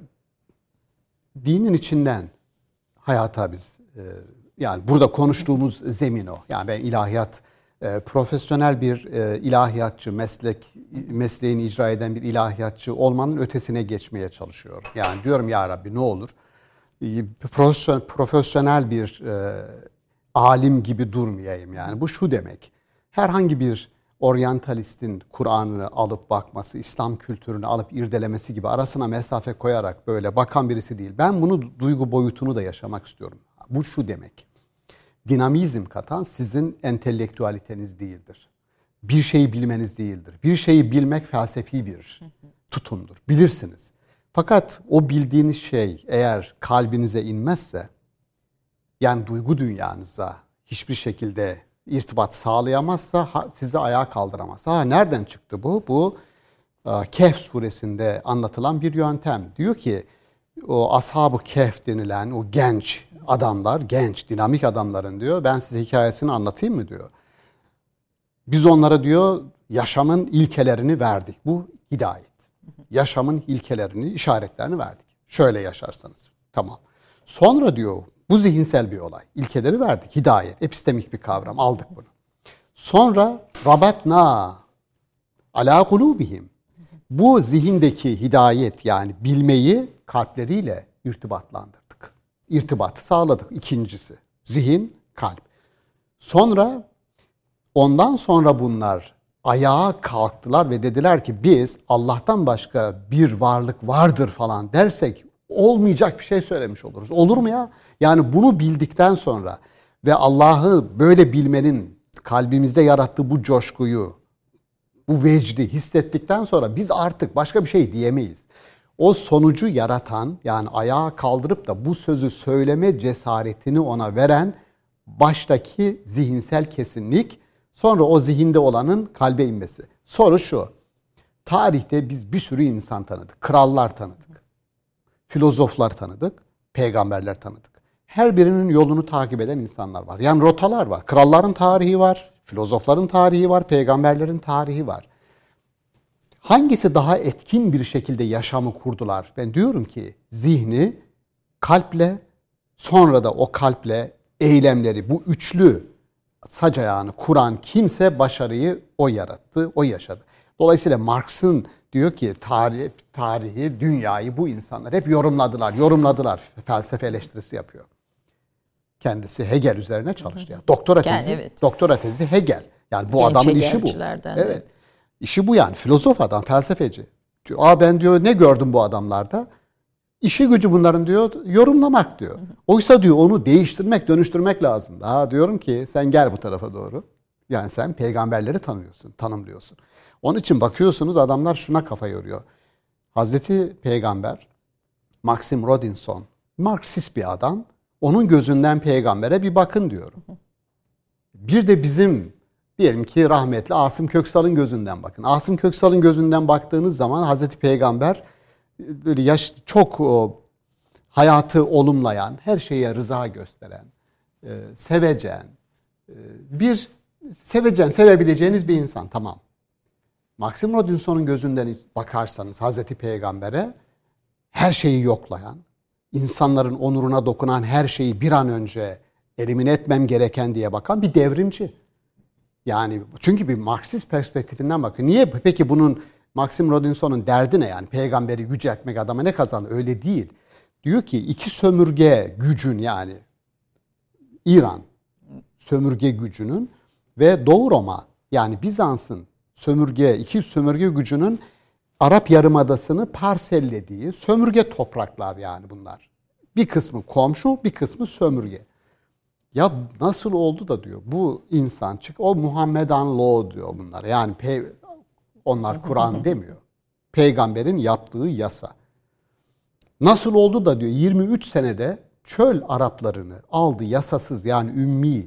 Speaker 2: dinin içinden hayata biz yani burada konuştuğumuz zemin o. Yani ben ilahiyat profesyonel bir ilahiyatçı, mesleğini icra eden bir ilahiyatçı olmanın ötesine geçmeye çalışıyorum. Yani diyorum ya Rabbi ne olur profesyonel bir alim gibi durmayayım yani. Bu şu demek. Herhangi bir oryantalistin Kur'an'ını alıp bakması, İslam kültürünü alıp irdelemesi gibi arasına mesafe koyarak böyle bakan birisi değil. Ben bunu duygu boyutunu da yaşamak istiyorum. Bu şu demek. Dinamizm katan sizin entelektüaliteniz değildir. Bir şeyi bilmeniz değildir. Bir şeyi bilmek felsefi bir tutumdur. Bilirsiniz. Fakat o bildiğiniz şey eğer kalbinize inmezse, yani duygu dünyanıza hiçbir şekilde irtibat sağlayamazsa sizi ayağa kaldıramaz. Nereden çıktı bu? Bu Kehf suresinde anlatılan bir yöntem. Diyor ki o Ashab-ı Kehf denilen o genç adamlar, genç, dinamik adamların diyor, ben size hikayesini anlatayım mı diyor. Biz onlara diyor yaşamın ilkelerini verdik. Bu hidayet. Yaşamın ilkelerini, işaretlerini verdik. Şöyle yaşarsanız. Tamam. Sonra diyor bu zihinsel bir olay. İlkeleri verdik. Hidayet. Epistemik bir kavram. Aldık bunu. Sonra rabatna ala kulubihim. Bu zihindeki hidayet yani bilmeyi kalpleriyle irtibatlandırdık. İrtibatı sağladık. İkincisi. Zihin, kalp. Sonra ondan sonra bunlar ayağa kalktılar ve dediler ki biz Allah'tan başka bir varlık vardır falan dersek olmayacak bir şey söylemiş oluruz. Olur mu ya? Yani bunu bildikten sonra ve Allah'ı böyle bilmenin kalbimizde yarattığı bu coşkuyu, bu vecdi hissettikten sonra biz artık başka bir şey diyemeyiz. O sonucu yaratan yani ayağa kaldırıp da bu sözü söyleme cesaretini ona veren baştaki zihinsel kesinlik, sonra o zihinde olanın kalbe inmesi. Soru şu, tarihte biz bir sürü insan tanıdık, krallar tanıdık, filozoflar tanıdık, peygamberler tanıdık. Her birinin yolunu takip eden insanlar var. Yani rotalar var. Kralların tarihi var, filozofların tarihi var, peygamberlerin tarihi var. Hangisi daha etkin bir şekilde yaşamı kurdular? Ben diyorum ki zihni kalple, sonra da o kalple eylemleri, bu üçlü sac ayağını kuran kimse başarıyı o yarattı, o yaşadı. Dolayısıyla Marx'ın diyor ki tarihi, dünyayı bu insanlar hep yorumladılar. Felsefe eleştirisi yapıyor. Kendisi Hegel üzerine çalıştı. Yani doktora tezi Hegel. Yani bu
Speaker 1: Genç
Speaker 2: adamın işi bu. Evet. İşi bu yani. Filozof adam, felsefeci. Diyor, ben diyor ne gördüm bu adamlarda? İşi gücü bunların diyor yorumlamak diyor. Oysa diyor onu değiştirmek, dönüştürmek lazım. Diyorum ki sen gel bu tarafa doğru. Yani sen peygamberleri tanımlıyorsun. Onun için bakıyorsunuz adamlar şuna kafa yoruyor. Hazreti Peygamber, Maxim Rodinson, Marksist bir adam. Onun gözünden peygambere bir bakın diyorum. Bir de bizim diyelim ki rahmetli Asım Köksal'ın gözünden bakın. Asım Köksal'ın gözünden baktığınız zaman Hazreti Peygamber böyle çok hayatı olumlayan, her şeye rıza gösteren, sevebileceğiniz bir insan, tamam. Maxim Rodinson'un gözünden bakarsanız Hazreti Peygamber'e her şeyi yoklayan, insanların onuruna dokunan her şeyi bir an önce elimine etmem gereken diye bakan bir devrimci. Yani çünkü bir Marksist perspektifinden bakın. Niye peki bunun Maxim Rodinson'un derdi ne yani? Peygamberi yüceltmek adama ne kazandı? Öyle değil. Diyor ki iki sömürge gücün yani İran sömürge gücünün ve Doğu Roma yani Bizans'ın iki sömürge gücünün Arap Yarımadası'nı parsellediği sömürge topraklar yani bunlar. Bir kısmı komşu, bir kısmı sömürge. Ya nasıl oldu da diyor bu insan o Muhammedan law diyor bunlar. Yani onlar Kur'an demiyor. Peygamberin yaptığı yasa. Nasıl oldu da diyor 23 senede çöl Araplarını aldı yasasız yani ümmi,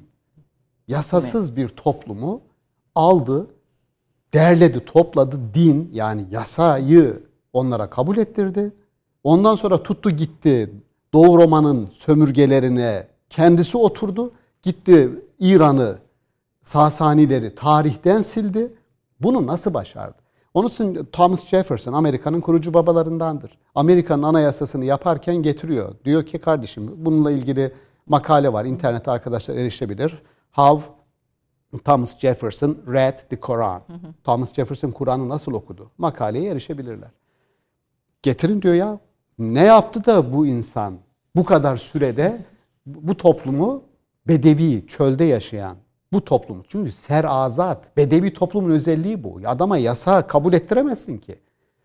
Speaker 2: yasasız bir toplumu aldı, derledi, topladı, din yani yasayı onlara kabul ettirdi. Ondan sonra tuttu gitti Doğu Roma'nın sömürgelerine kendisi oturdu. Gitti İran'ı, Sasanileri tarihten sildi. Bunu nasıl başardı? Onun için Thomas Jefferson Amerika'nın kurucu babalarındandır. Amerika'nın anayasasını yaparken getiriyor. Diyor ki kardeşim bununla ilgili makale var. İnternette arkadaşlar erişebilir. How Thomas Jefferson read the Quran. Thomas Jefferson Kur'an'ı nasıl okudu? Makaleye erişebilirler. Getirin diyor ya. Ne yaptı da bu insan bu kadar sürede bu toplumu bedevi, çölde yaşayan bu toplumu. Çünkü serazat, bedevi toplumun özelliği bu. Adama yasa kabul ettiremezsin ki.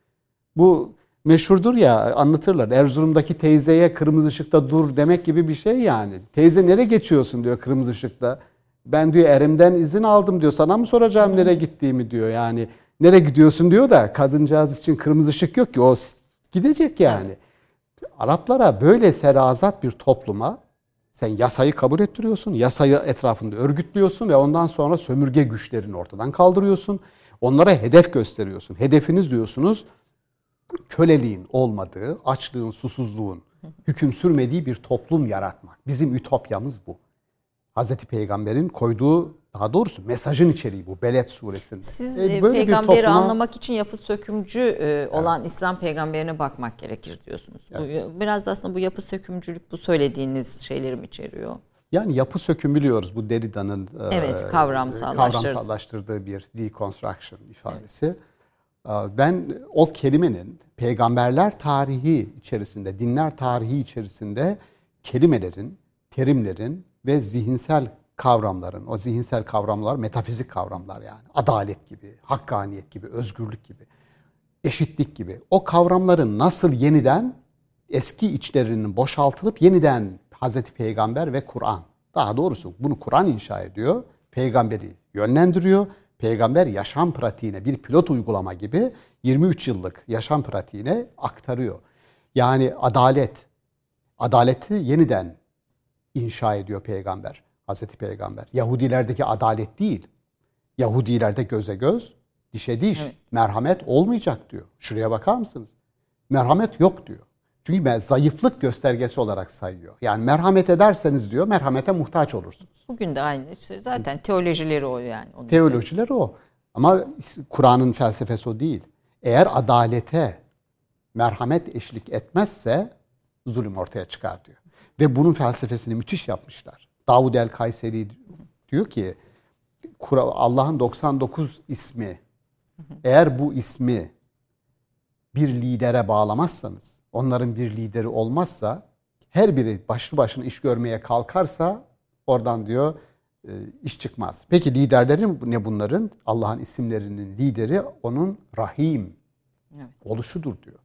Speaker 2: Bu meşhurdur ya anlatırlar. Erzurum'daki teyzeye kırmızı ışıkta dur demek gibi bir şey yani. Teyze nereye geçiyorsun diyor kırmızı ışıkta. Ben diyor erimden izin aldım diyor. Sana mı soracağım nereye gittiğimi diyor. Yani nereye gidiyorsun diyor da kadıncağız için kırmızı ışık yok ki. O gidecek yani. Araplara böyle serazat bir topluma sen yasayı kabul ettiriyorsun. Yasayı etrafında örgütlüyorsun ve ondan sonra sömürge güçlerini ortadan kaldırıyorsun. Onlara hedef gösteriyorsun. Hedefiniz diyorsunuz köleliğin olmadığı, açlığın, susuzluğun hüküm sürmediği bir toplum yaratmak. Bizim ütopyamız bu. Hazreti Peygamber'in koyduğu, daha doğrusu mesajın içeriği bu Beled suresinde.
Speaker 1: Siz
Speaker 2: Böyle
Speaker 1: peygamberi anlamak için yapı sökümcü olan İslam peygamberine bakmak gerekir diyorsunuz. Evet. Biraz aslında bu yapı sökümcülük bu söylediğiniz şeyleri mi içeriyor?
Speaker 2: Yani yapı söküm biliyoruz. Bu Derrida'nın kavramsallaştırdığı bir deconstruction ifadesi. Evet. Ben o kelimenin peygamberler tarihi içerisinde, dinler tarihi içerisinde kelimelerin, terimlerin ve zihinsel kavramların, o zihinsel kavramlar metafizik kavramlar yani. Adalet gibi, hakkaniyet gibi, özgürlük gibi, eşitlik gibi. O kavramların nasıl yeniden eski içlerinin boşaltılıp yeniden Hazreti Peygamber ve Kur'an. Daha doğrusu bunu Kur'an inşa ediyor. Peygamberi yönlendiriyor. Peygamber yaşam pratiğine bir pilot uygulama gibi 23 yıllık yaşam pratiğine aktarıyor. Yani adaleti yeniden inşa ediyor Peygamber, Hazreti Peygamber. Yahudilerdeki adalet değil. Yahudilerde göze göz, dişe diş, evet. Merhamet olmayacak diyor. Şuraya bakar mısınız? Merhamet yok diyor. Çünkü zayıflık göstergesi olarak sayıyor. Yani merhamet ederseniz diyor, merhamete muhtaç olursunuz.
Speaker 1: Bugün de aynı. Zaten teolojileri o yani.
Speaker 2: Teolojileri o. Ama Kur'an'ın felsefesi o değil. Eğer adalete merhamet eşlik etmezse zulüm ortaya çıkar diyor. Ve bunun felsefesini müthiş yapmışlar. Davud el-Kayseri diyor ki Allah'ın 99 ismi, eğer bu ismi bir lidere bağlamazsanız, onların bir lideri olmazsa, her biri başlı başına iş görmeye kalkarsa oradan diyor iş çıkmaz. Peki liderlerin ne bunların? Allah'ın isimlerinin lideri onun Rahim oluşudur diyor.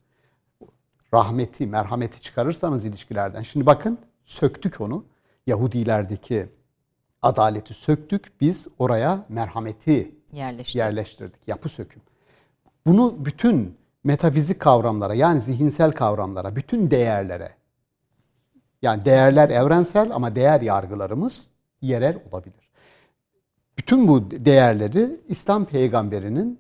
Speaker 2: Rahmeti, merhameti çıkarırsanız ilişkilerden. Şimdi bakın söktük onu. Yahudilerdeki adaleti söktük. Biz oraya merhameti yerleştirdik. Yapı söküm. Bunu bütün metafizik kavramlara yani zihinsel kavramlara, bütün değerlere, yani değerler evrensel ama değer yargılarımız yerel olabilir. Bütün bu değerleri İslam peygamberinin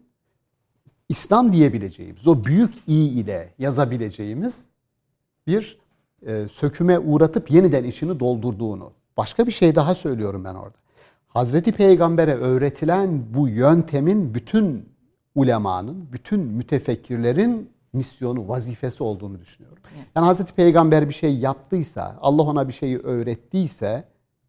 Speaker 2: İslam diyebileceğimiz, o büyük İ ile yazabileceğimiz bir söküme uğratıp yeniden içini doldurduğunu. Başka bir şey daha söylüyorum ben orada. Hazreti Peygamber'e öğretilen bu yöntemin bütün ulemanın, bütün mütefekkirlerin misyonu, vazifesi olduğunu düşünüyorum. Yani Hazreti Peygamber bir şey yaptıysa, Allah ona bir şeyi öğrettiyse,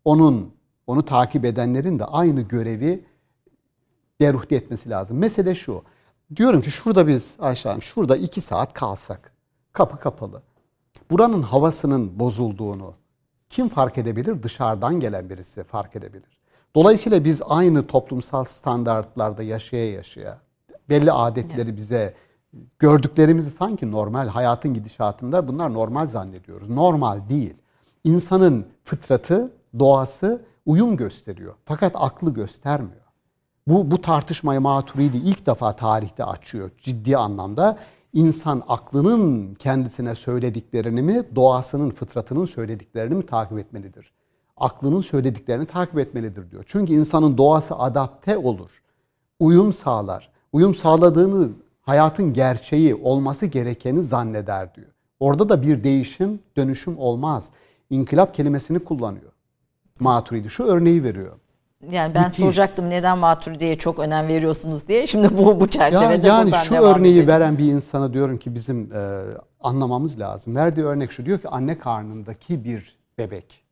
Speaker 2: onu takip edenlerin de aynı görevi deruhte etmesi lazım. Mesele şu. Diyorum ki şurada biz Ayşe Hanım, şurada 2 saat kalsak, kapı kapalı. Buranın havasının bozulduğunu kim fark edebilir? Dışarıdan gelen birisi fark edebilir. Dolayısıyla biz aynı toplumsal standartlarda yaşaya belli adetleri bize gördüklerimizi sanki normal hayatın gidişatında bunlar normal zannediyoruz. Normal değil. İnsanın fıtratı, doğası uyum gösteriyor. Fakat aklı göstermiyor. Bu tartışmayı Maturidi ilk defa tarihte açıyor ciddi anlamda. İnsan aklının kendisine söylediklerini mi, doğasının, fıtratının söylediklerini mi takip etmelidir? Aklının söylediklerini takip etmelidir diyor. Çünkü insanın doğası adapte olur. Uyum sağlar. Uyum sağladığını hayatın gerçeği olması gerekeni zanneder diyor. Orada da bir değişim, dönüşüm olmaz. İnkılap kelimesini kullanıyor Maturidi. Şu örneği veriyor.
Speaker 1: Yani ben soracaktım neden Maturidi'ye çok önem veriyorsunuz diye. Şimdi bu çerçevede
Speaker 2: yani
Speaker 1: buradan
Speaker 2: şu örneği veren bir insana diyorum ki bizim anlamamız lazım. Verdiği örnek şu, diyor ki anne karnındaki bir bebek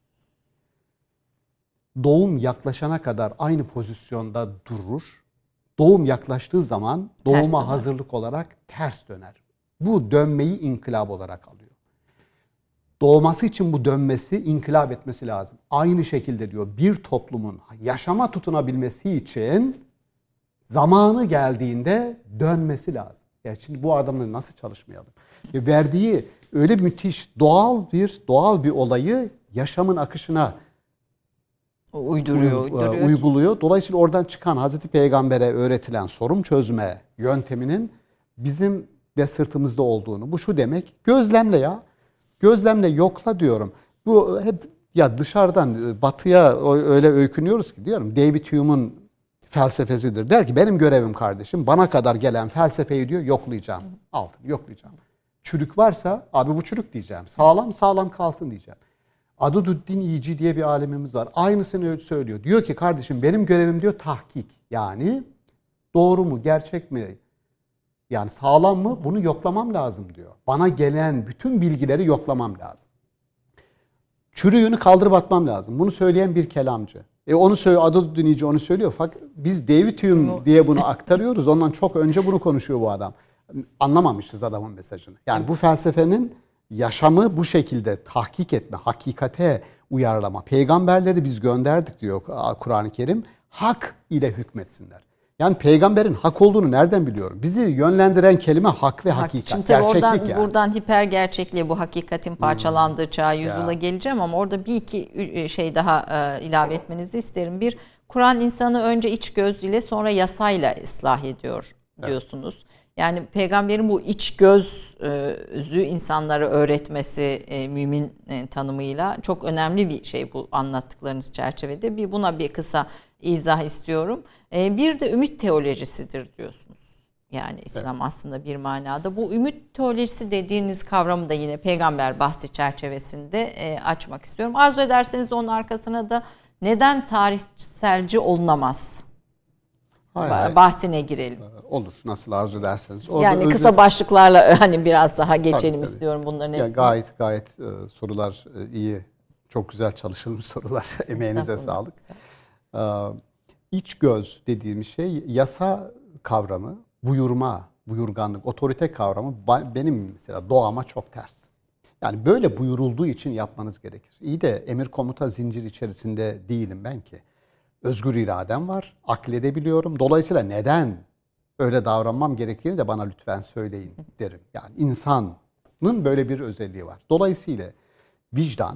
Speaker 2: doğum yaklaşana kadar aynı pozisyonda durur. Doğum yaklaştığı zaman doğuma hazırlık olarak ters döner. Bu dönmeyi inkılap olarak alıyor. Doğması için bu dönmesi, inkılap etmesi lazım. Aynı şekilde diyor bir toplumun yaşama tutunabilmesi için zamanı geldiğinde dönmesi lazım. Yani şimdi bu adamla nasıl çalışmayalım? Verdiği öyle müthiş doğal bir olayı yaşamın akışına uyguluyor. Dolayısıyla oradan çıkan Hazreti Peygamber'e öğretilen sorun çözme yönteminin bizim de sırtımızda olduğunu. Bu şu demek, gözlemle ya. Gözlemle yokla diyorum. Bu hep ya dışarıdan batıya öyle öykünüyoruz ki diyorum. David Hume'un felsefesidir. Der ki benim görevim kardeşim bana kadar gelen felsefeyi diyor yoklayacağım. Altını yoklayacağım. Çürük varsa abi bu çürük diyeceğim. Sağlam kalsın diyeceğim. Adududdin İyici diye bir alimimiz var. Aynısını söylüyor. Diyor ki kardeşim benim görevim diyor tahkik. Yani doğru mu, gerçek mi? Yani sağlam mı? Bunu yoklamam lazım diyor. Bana gelen bütün bilgileri yoklamam lazım. Çürüğünü kaldırıp atmam lazım. Bunu söyleyen bir kelamcı. Onu söylüyor, Adududdin İyici onu söylüyor. Fakat biz David Hume diye bunu aktarıyoruz. Ondan çok önce bunu konuşuyor bu adam. Anlamamışız adamın mesajını. Yani bu felsefenin yaşamı bu şekilde tahkik etme, hakikate uyarlama. Peygamberleri biz gönderdik diyor Kur'an-ı Kerim. Hak ile hükmetsinler. Yani peygamberin hak olduğunu nereden biliyorum? Bizi yönlendiren kelime hak ve hakikat.
Speaker 1: Şimdi tabii
Speaker 2: gerçeklik yani.
Speaker 1: Buradan hiper gerçekliğe, bu hakikatin parçalandığı çağa yüzyıla geleceğim ama orada bir iki şey daha ilave etmenizi isterim. Bir, Kur'an insanı önce iç göz ile sonra yasayla ıslah ediyor diyorsunuz. Yani peygamberin bu iç gözü insanlara öğretmesi mümin tanımıyla çok önemli bir şey bu anlattıklarınız çerçevede. Buna bir kısa izah istiyorum. Bir de ümit teolojisidir diyorsunuz. Yani İslam aslında bir manada. Bu ümit teolojisi dediğiniz kavramı da yine peygamber bahsi çerçevesinde açmak istiyorum. Arzu ederseniz onun arkasına da neden tarihselci olunamaz? Bahsine girelim.
Speaker 2: Olur. Nasıl arzu ederseniz.
Speaker 1: Yani kısa başlıklarla hani biraz daha geçelim tabii. istiyorum bunların hepsini.
Speaker 2: Yani gayet sorular iyi. Çok güzel çalışılmış sorular. Emeğinize sağlık. İç göz dediğimiz şey yasa kavramı, buyurganlık, otorite kavramı benim mesela doğama çok ters. Yani böyle buyurulduğu için yapmanız gerekir. İyi de emir komuta zinciri içerisinde değilim ben ki. Özgür iradem var, akledebiliyorum. Dolayısıyla neden öyle davranmam gerektiğini de bana lütfen söyleyin derim. Yani insanın böyle bir özelliği var. Dolayısıyla vicdan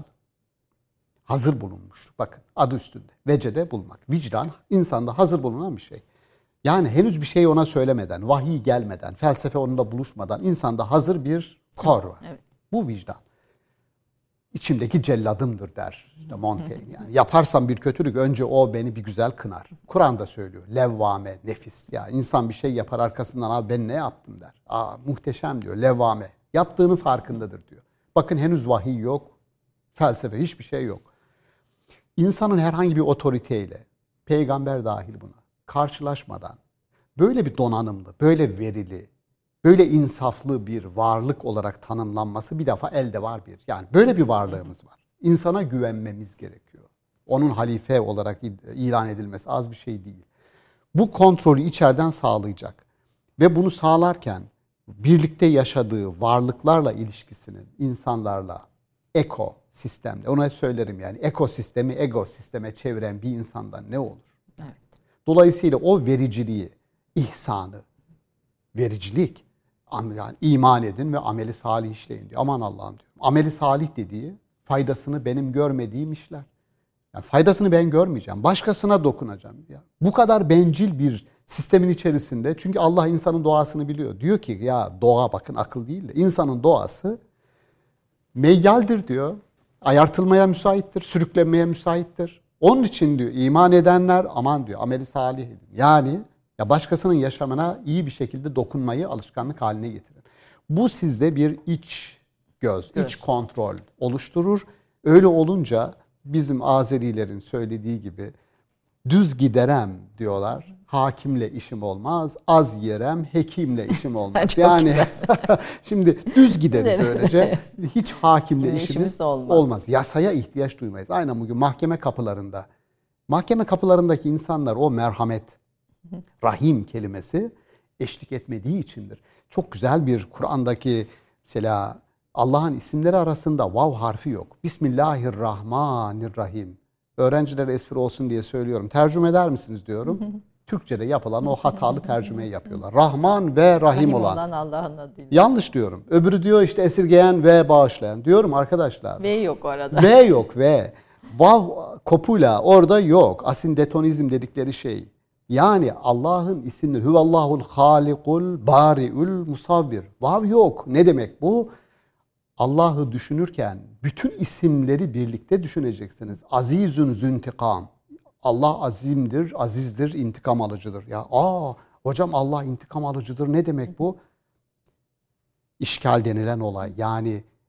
Speaker 2: hazır bulunmuş. Bakın adı üstünde. Vecede bulmak. Vicdan insanda hazır bulunan bir şey. Yani henüz bir şey ona söylemeden, vahiy gelmeden, felsefe onunla buluşmadan insanda hazır bir kor var. Evet. Bu vicdan. İçimdeki celladımdır der işte Montaigne. Yani yaparsam bir kötülük önce o beni bir güzel kınar. Kur'an da söylüyor. Levvame, nefis. Ya insan bir şey yapar arkasından abi ben ne yaptım der. Muhteşem diyor. Levvame. Yaptığının farkındadır diyor. Bakın henüz vahiy yok. Felsefe hiçbir şey yok. İnsanın herhangi bir otoriteyle, peygamber dahil buna, karşılaşmadan böyle bir donanımlı, böyle verili, böyle insaflı bir varlık olarak tanımlanması bir defa elde var bir. Yani böyle bir varlığımız var. İnsana güvenmemiz gerekiyor. Onun halife olarak ilan edilmesi az bir şey değil. Bu kontrolü içeriden sağlayacak. Ve bunu sağlarken birlikte yaşadığı varlıklarla ilişkisinin insanlarla ekosistemle, ona hep söylerim yani ekosistemi ego sisteme çeviren bir insandan ne olur? Evet. Dolayısıyla o vericiliği, ihsanı, vericilik, yani iman edin ve ameli salih işleyin diyor. Aman Allah'ım diyorum. Ameli salih dediği faydasını benim görmediğim işler. Yani faydasını ben görmeyeceğim. Başkasına dokunacağım. Ya. Bu kadar bencil bir sistemin içerisinde çünkü Allah insanın doğasını biliyor. Diyor ki ya doğa bakın akıl değil de insanın doğası meyyaldir diyor. Ayartılmaya müsaittir, sürüklenmeye müsaittir. Onun için diyor iman edenler aman diyor ameli salih edin. Yani ya başkasının yaşamına iyi bir şekilde dokunmayı alışkanlık haline getirin. Bu sizde bir iç göz, iç kontrol oluşturur. Öyle olunca bizim Azerilerin söylediği gibi düz giderem diyorlar. Hakimle işim olmaz, az yerem, hekimle işim olmaz. Yani şimdi düz gideriz öylece. Hiç hakimle işimiz olmaz. Yasaya ihtiyaç duymayız. Aynen bugün mahkeme kapılarında. Mahkeme kapılarındaki insanlar o merhamet, rahim kelimesi eşlik etmediği içindir. Çok güzel bir Kur'an'daki mesela Allah'ın isimleri arasında vav harfi yok. Bismillahirrahmanirrahim. Öğrencilere espri olsun diye söylüyorum. Tercüme eder misiniz diyorum. Türkçe'de yapılan o hatalı tercümeyi yapıyorlar. Rahman ve Rahim olan
Speaker 1: Allah'ın adıyla.
Speaker 2: Yanlış diyorum. Öbürü diyor işte esirgeyen ve bağışlayan. Diyorum arkadaşlar.
Speaker 1: V yok orada.
Speaker 2: V yok V. Vav kopula orada yok. Asindetonizm dedikleri şey. Yani Allah'ın isimleri. Huvallahul halikul bari'ül musavvir. Vav yok. Ne demek bu? Allah'ı düşünürken bütün isimleri birlikte düşüneceksiniz. Azizün züntikam. Allah azimdir, azizdir, intikam alıcıdır. Ya hocam Allah intikam alıcıdır. Ne demek bu? İşgal denilen olay. Yani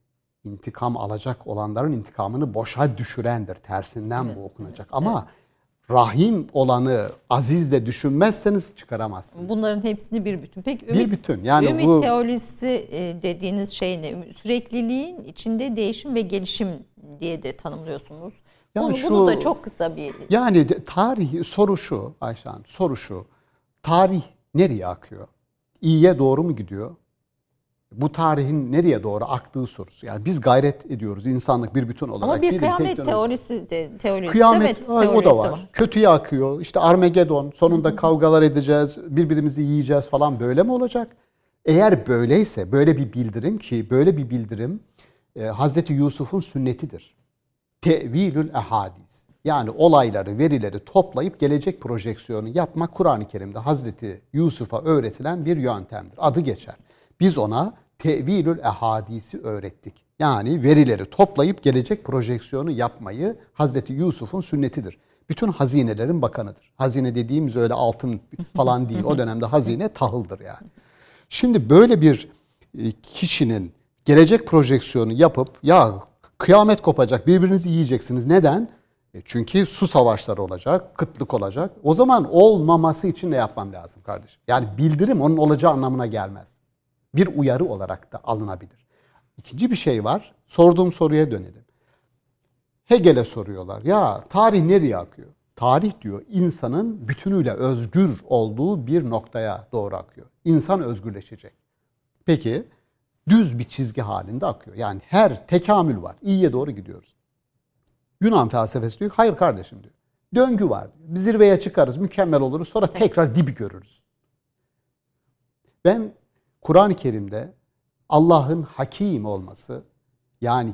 Speaker 2: intikam alacak olanların intikamını boşa düşürendir. Tersinden bu okunacak. Ama rahim olanı azizle düşünmezseniz çıkaramazsınız.
Speaker 1: Bunların hepsini bir bütün. Peki
Speaker 2: bir bütün. Yani
Speaker 1: ümit
Speaker 2: bu
Speaker 1: teorisi dediğiniz şey ne? Sürekliliğin içinde değişim ve gelişim diye de tanımlıyorsunuz.
Speaker 2: yani
Speaker 1: Bunu da çok kısa bir...
Speaker 2: Yani tarih soru şu Ayşe Hanım, soru şu. Tarih nereye akıyor? İyiye doğru mu gidiyor? Bu tarihin nereye doğru aktığı sorusu. Yani biz gayret ediyoruz insanlık bir bütün olarak.
Speaker 1: Ama bir kıyamet teorisi
Speaker 2: Kıyamet o da var.
Speaker 1: var.
Speaker 2: Kötüye akıyor. İşte Armagedon, sonunda kavgalar edeceğiz, birbirimizi yiyeceğiz falan, böyle mi olacak? Eğer böyleyse, böyle bir bildirim ki böyle bir bildirim Hazreti Yusuf'un sünnetidir. Tevilül ehadis. Yani olayları, verileri toplayıp gelecek projeksiyonu yapmak Kur'an-ı Kerim'de Hazreti Yusuf'a öğretilen bir yöntemdir. Adı geçer. Biz ona tevilül ehadisi öğrettik. Yani verileri toplayıp gelecek projeksiyonu yapmayı Hazreti Yusuf'un sünnetidir. Bütün hazinelerin bakanıdır. Hazine dediğimiz öyle altın falan değil. O dönemde hazine tahıldır yani. Şimdi böyle bir kişinin gelecek projeksiyonu yapıp ya kıyamet kopacak, birbirinizi yiyeceksiniz. Neden? Çünkü su savaşları olacak, kıtlık olacak. O zaman olmaması için ne yapmam lazım kardeşim? Yani bildirim onun olacağı anlamına gelmez. Bir uyarı olarak da alınabilir. İkinci bir şey var. Sorduğum soruya dönelim. Hegel'e soruyorlar. Ya tarih nereye akıyor? Tarih diyor insanın bütünüyle özgür olduğu bir noktaya doğru akıyor. İnsan özgürleşecek. Peki düz bir çizgi halinde akıyor. Yani her tekamül var. İyiye doğru gidiyoruz. Yunan felsefesi diyor hayır kardeşim diyor. Döngü var diyor. Bir zirveye çıkarız, mükemmel oluruz, sonra tekrar dibi görürüz. Ben Kur'an-ı Kerim'de Allah'ın hakim olması, yani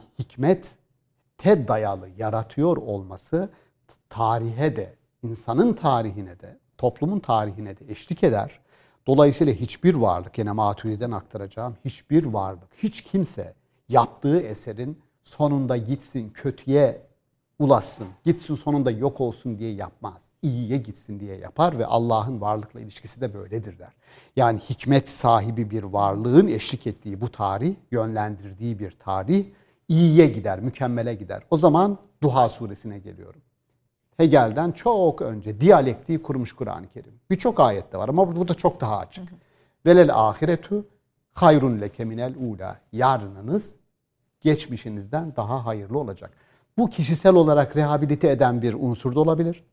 Speaker 2: hikmete dayalı yaratıyor olması tarihe de, insanın tarihine de, toplumun tarihine de eşlik eder. Dolayısıyla hiçbir varlık, yine Maturidi'den aktaracağım, hiçbir varlık, hiç kimse yaptığı eserin sonunda gitsin kötüye ulaşsın, gitsin sonunda yok olsun diye yapmaz. İyiye gitsin diye yapar ve Allah'ın varlıkla ilişkisi de böyledir der. Yani hikmet sahibi bir varlığın eşlik ettiği bu tarih, yönlendirdiği bir tarih iyiye gider, mükemmele gider. O zaman Duha suresine geliyorum. Hegel'den çok önce diyalektiği kurmuş Kur'an-ı Kerim. Birçok ayette var ama burada çok daha açık. Velel ahiretu hayrun leke minel ula. Yarınınız geçmişinizden daha hayırlı olacak. Bu kişisel olarak rehabilite eden bir unsur da olabilir.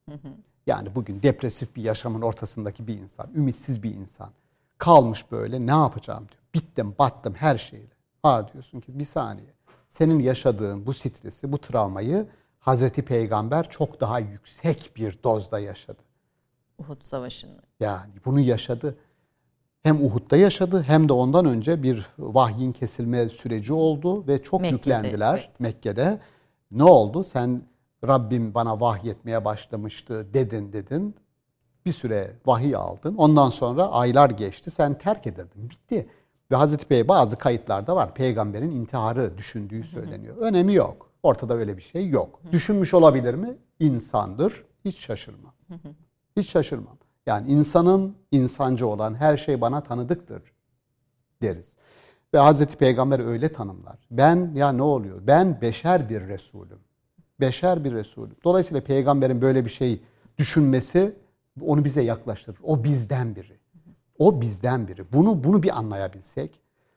Speaker 2: Yani bugün depresif bir yaşamın ortasındaki bir insan, ümitsiz bir insan kalmış böyle, ne yapacağım diyor. Bittim, battım her şeyle. Diyorsun ki bir saniye. Senin yaşadığın bu stresi, bu travmayı Hazreti Peygamber çok daha yüksek bir dozda yaşadı.
Speaker 1: Uhud Savaşı'nda.
Speaker 2: Yani bunu yaşadı. Hem Uhud'da yaşadı hem de ondan önce bir vahyin kesilme süreci oldu ve çok yüklendiler evet. Mekke'de. Ne oldu? Sen Rabbim bana vahyetmeye başlamıştı dedin. Bir süre vahiy aldın. Ondan sonra aylar geçti. Sen terk edildin. Bitti. Ve Hazreti Bey bazı kayıtlarda var. Peygamberin intiharı düşündüğü söyleniyor. Önemi yok. Ortada öyle bir şey yok. Düşünmüş olabilir mi? İnsandır. Hiç şaşırmam. Hiç şaşırmam. Yani insanın insancı olan her şey bana tanıdıktır deriz. Ve Hazreti Peygamber öyle tanımlar. Ne oluyor? Ben beşer bir Resulüm. Beşer bir Resulüm. Dolayısıyla Peygamberin böyle bir şey düşünmesi onu bize yaklaştırır. O bizden biri. O bizden biri. Bunu bir anlayabilsek.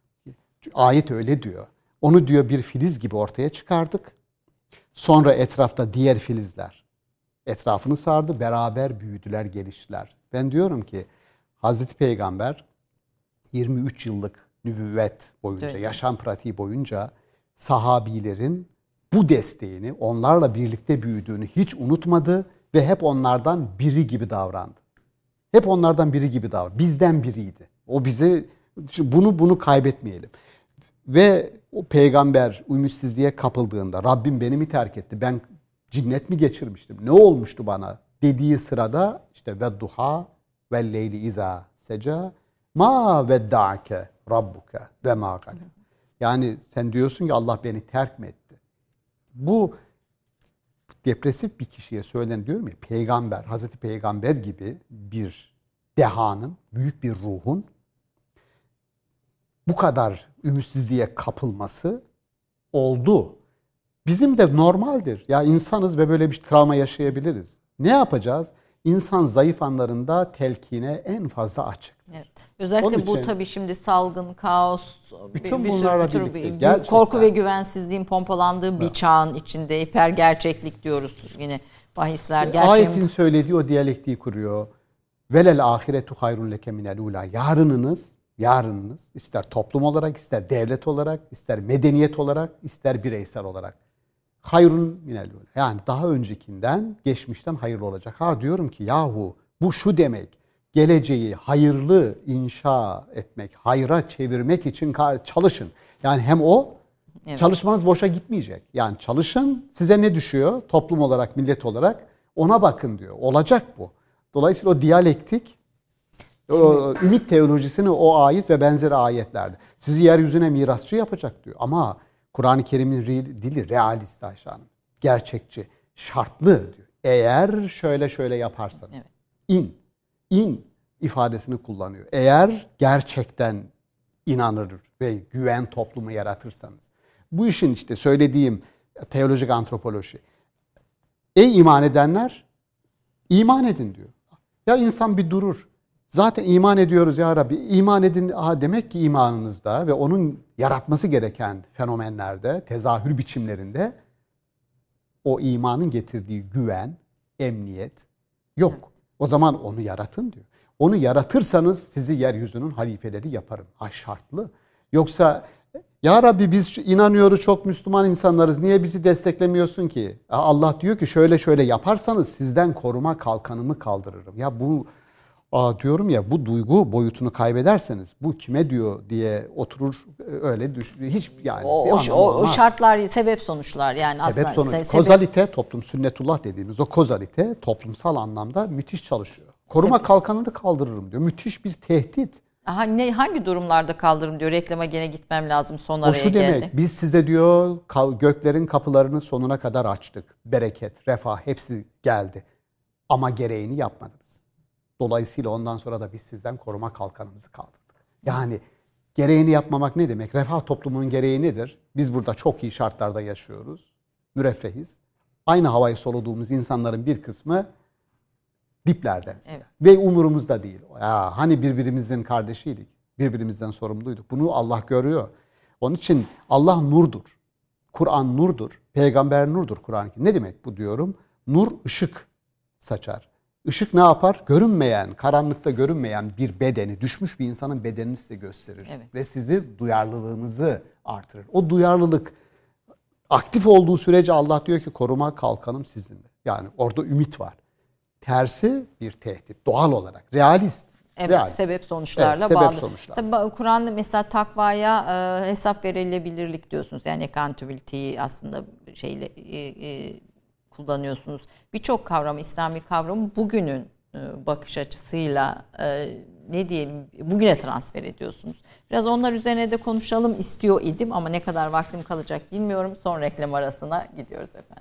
Speaker 2: Ayet öyle diyor. Onu diyor bir filiz gibi ortaya çıkardık. Sonra etrafta diğer filizler etrafını sardı. Beraber büyüdüler, geliştiler. Ben diyorum ki Hazreti Peygamber 23 yıllık nübüvvet boyunca, evet. Yaşam pratiği boyunca sahabilerin bu desteğini, onlarla birlikte büyüdüğünü hiç unutmadı ve hep onlardan biri gibi davrandı. Hep onlardan biri gibi davrandı. Bizden biriydi. O bize bunu kaybetmeyelim. Ve o peygamber ümitsizliğe kapıldığında Rabbim beni mi terk etti? Ben cinnet mi geçirmiştim? Ne olmuştu bana? Dediği sırada işte ve duha ve leyli iza seca ma vedda'ake rabbuke ve ma gale. Yani sen diyorsun ki Allah beni terk mi etti? Bu depresif bir kişiye söylen diyorum ya, peygamber, Hazreti Peygamber gibi bir dehanın, büyük bir ruhun bu kadar ümitsizliğe kapılması oldu. Bizim de normaldir. Ya insanız ve böyle bir travma yaşayabiliriz. Ne yapacağız? İnsan zayıf anlarında telkine en fazla açık.
Speaker 1: Evet. Özellikle
Speaker 2: Onun
Speaker 1: bu
Speaker 2: için,
Speaker 1: tabii şimdi salgın, kaos,
Speaker 2: bütün
Speaker 1: bir
Speaker 2: bunlarla
Speaker 1: sürü
Speaker 2: birlikte
Speaker 1: bir
Speaker 2: gerçekten,
Speaker 1: korku ve güvensizliğin pompalandığı bir çağın içinde hiper gerçeklik diyoruz yine bahisler.
Speaker 2: Ayetin söylediği o diyalektiği kuruyor. Velel ahiretu hayrun leke minel ula. Yarınınız ister toplum olarak, ister devlet olarak, ister medeniyet olarak, ister bireysel olarak. Hayrun minel ula. Yani daha öncekinden, geçmişten hayırlı olacak. Ha diyorum ki yahu bu şu demek. Geleceği hayırlı inşa etmek, hayra çevirmek için çalışın. Yani hem o, evet, çalışmanız boşa gitmeyecek. Yani çalışın, size ne düşüyor? Toplum olarak, millet olarak ona bakın diyor. Olacak bu. Dolayısıyla o diyalektik, o ümit teolojisini o ayet ve benzeri ayetlerde sizi yeryüzüne mirasçı yapacak diyor. Ama Kur'an-ı Kerim'in dili realist Ayşe Hanım. Gerçekçi, şartlı diyor. Eğer şöyle yaparsanız. Evet. İn ifadesini kullanıyor. Eğer gerçekten inanır ve güven toplumu yaratırsanız. Bu işin işte söylediğim teolojik antropoloji. Ey iman edenler, iman edin diyor. Ya insan bir durur. Zaten iman ediyoruz ya Rabbi. İman edin. Demek ki imanınızda ve onun yaratması gereken fenomenlerde, tezahür biçimlerinde o imanın getirdiği güven, emniyet yok. O zaman onu yaratın diyor. Onu yaratırsanız sizi yeryüzünün halifeleri yaparım. Şartlı. Yoksa ya Rabbi biz inanıyoruz, çok Müslüman insanlarız. Niye bizi desteklemiyorsun ki? Allah diyor ki şöyle yaparsanız sizden koruma kalkanımı kaldırırım. Ya bu diyorum ya, bu duygu boyutunu kaybederseniz bu kime diyor diye oturur öyle hiç yani
Speaker 1: o şartlar sebep sonuçlar yani
Speaker 2: sebep
Speaker 1: aslında
Speaker 2: kozalite, toplum sünnetullah dediğimiz o kozalite toplumsal anlamda müthiş çalışıyor. Koruma kalkanını kaldırırım diyor. Müthiş bir tehdit.
Speaker 1: Hangi durumlarda kaldırırım diyor. Reklama gene gitmem lazım. Son araya
Speaker 2: geldi. O şu demek.
Speaker 1: Geldi.
Speaker 2: Biz size diyor göklerin kapılarını sonuna kadar açtık. Bereket, refah hepsi geldi. Ama gereğini yapmadınız. Dolayısıyla ondan sonra da biz sizden koruma kalkanımızı kaldırdık. Yani gereğini yapmamak ne demek? Refah toplumunun gereği nedir? Biz burada çok iyi şartlarda yaşıyoruz. Müreffehiz. Aynı havayı soluduğumuz insanların bir kısmı diplerde. Evet. Ve umurumuzda değil. Ya, hani birbirimizin kardeşiydik. Birbirimizden sorumluyduk. Bunu Allah görüyor. Onun için Allah nurdur. Kur'an nurdur. Peygamber nurdur Kur'an. Ne demek bu diyorum? Nur ışık saçar. Işık ne yapar? Görünmeyen, karanlıkta görünmeyen bir bedeni, düşmüş bir insanın bedenini size gösterir. Evet. Ve sizi duyarlılığınızı artırır. O duyarlılık aktif olduğu sürece Allah diyor ki koruma kalkanım sizinle. Yani orada ümit var. Tersi bir tehdit doğal olarak. Realist.
Speaker 1: Evet,
Speaker 2: realist.
Speaker 1: Sebep sonuçlarla bağlı. Tabii Kur'an'da mesela takvaya hesap verilebilirlik diyorsunuz. Yani accountability'yi aslında kullanıyorsunuz. Birçok kavramı, İslami kavramı bugünün bakış açısıyla ne diyelim bugüne transfer ediyorsunuz. Biraz onlar üzerine de konuşalım istiyor idim ama ne kadar vaktim kalacak bilmiyorum. Son reklam arasına gidiyoruz efendim.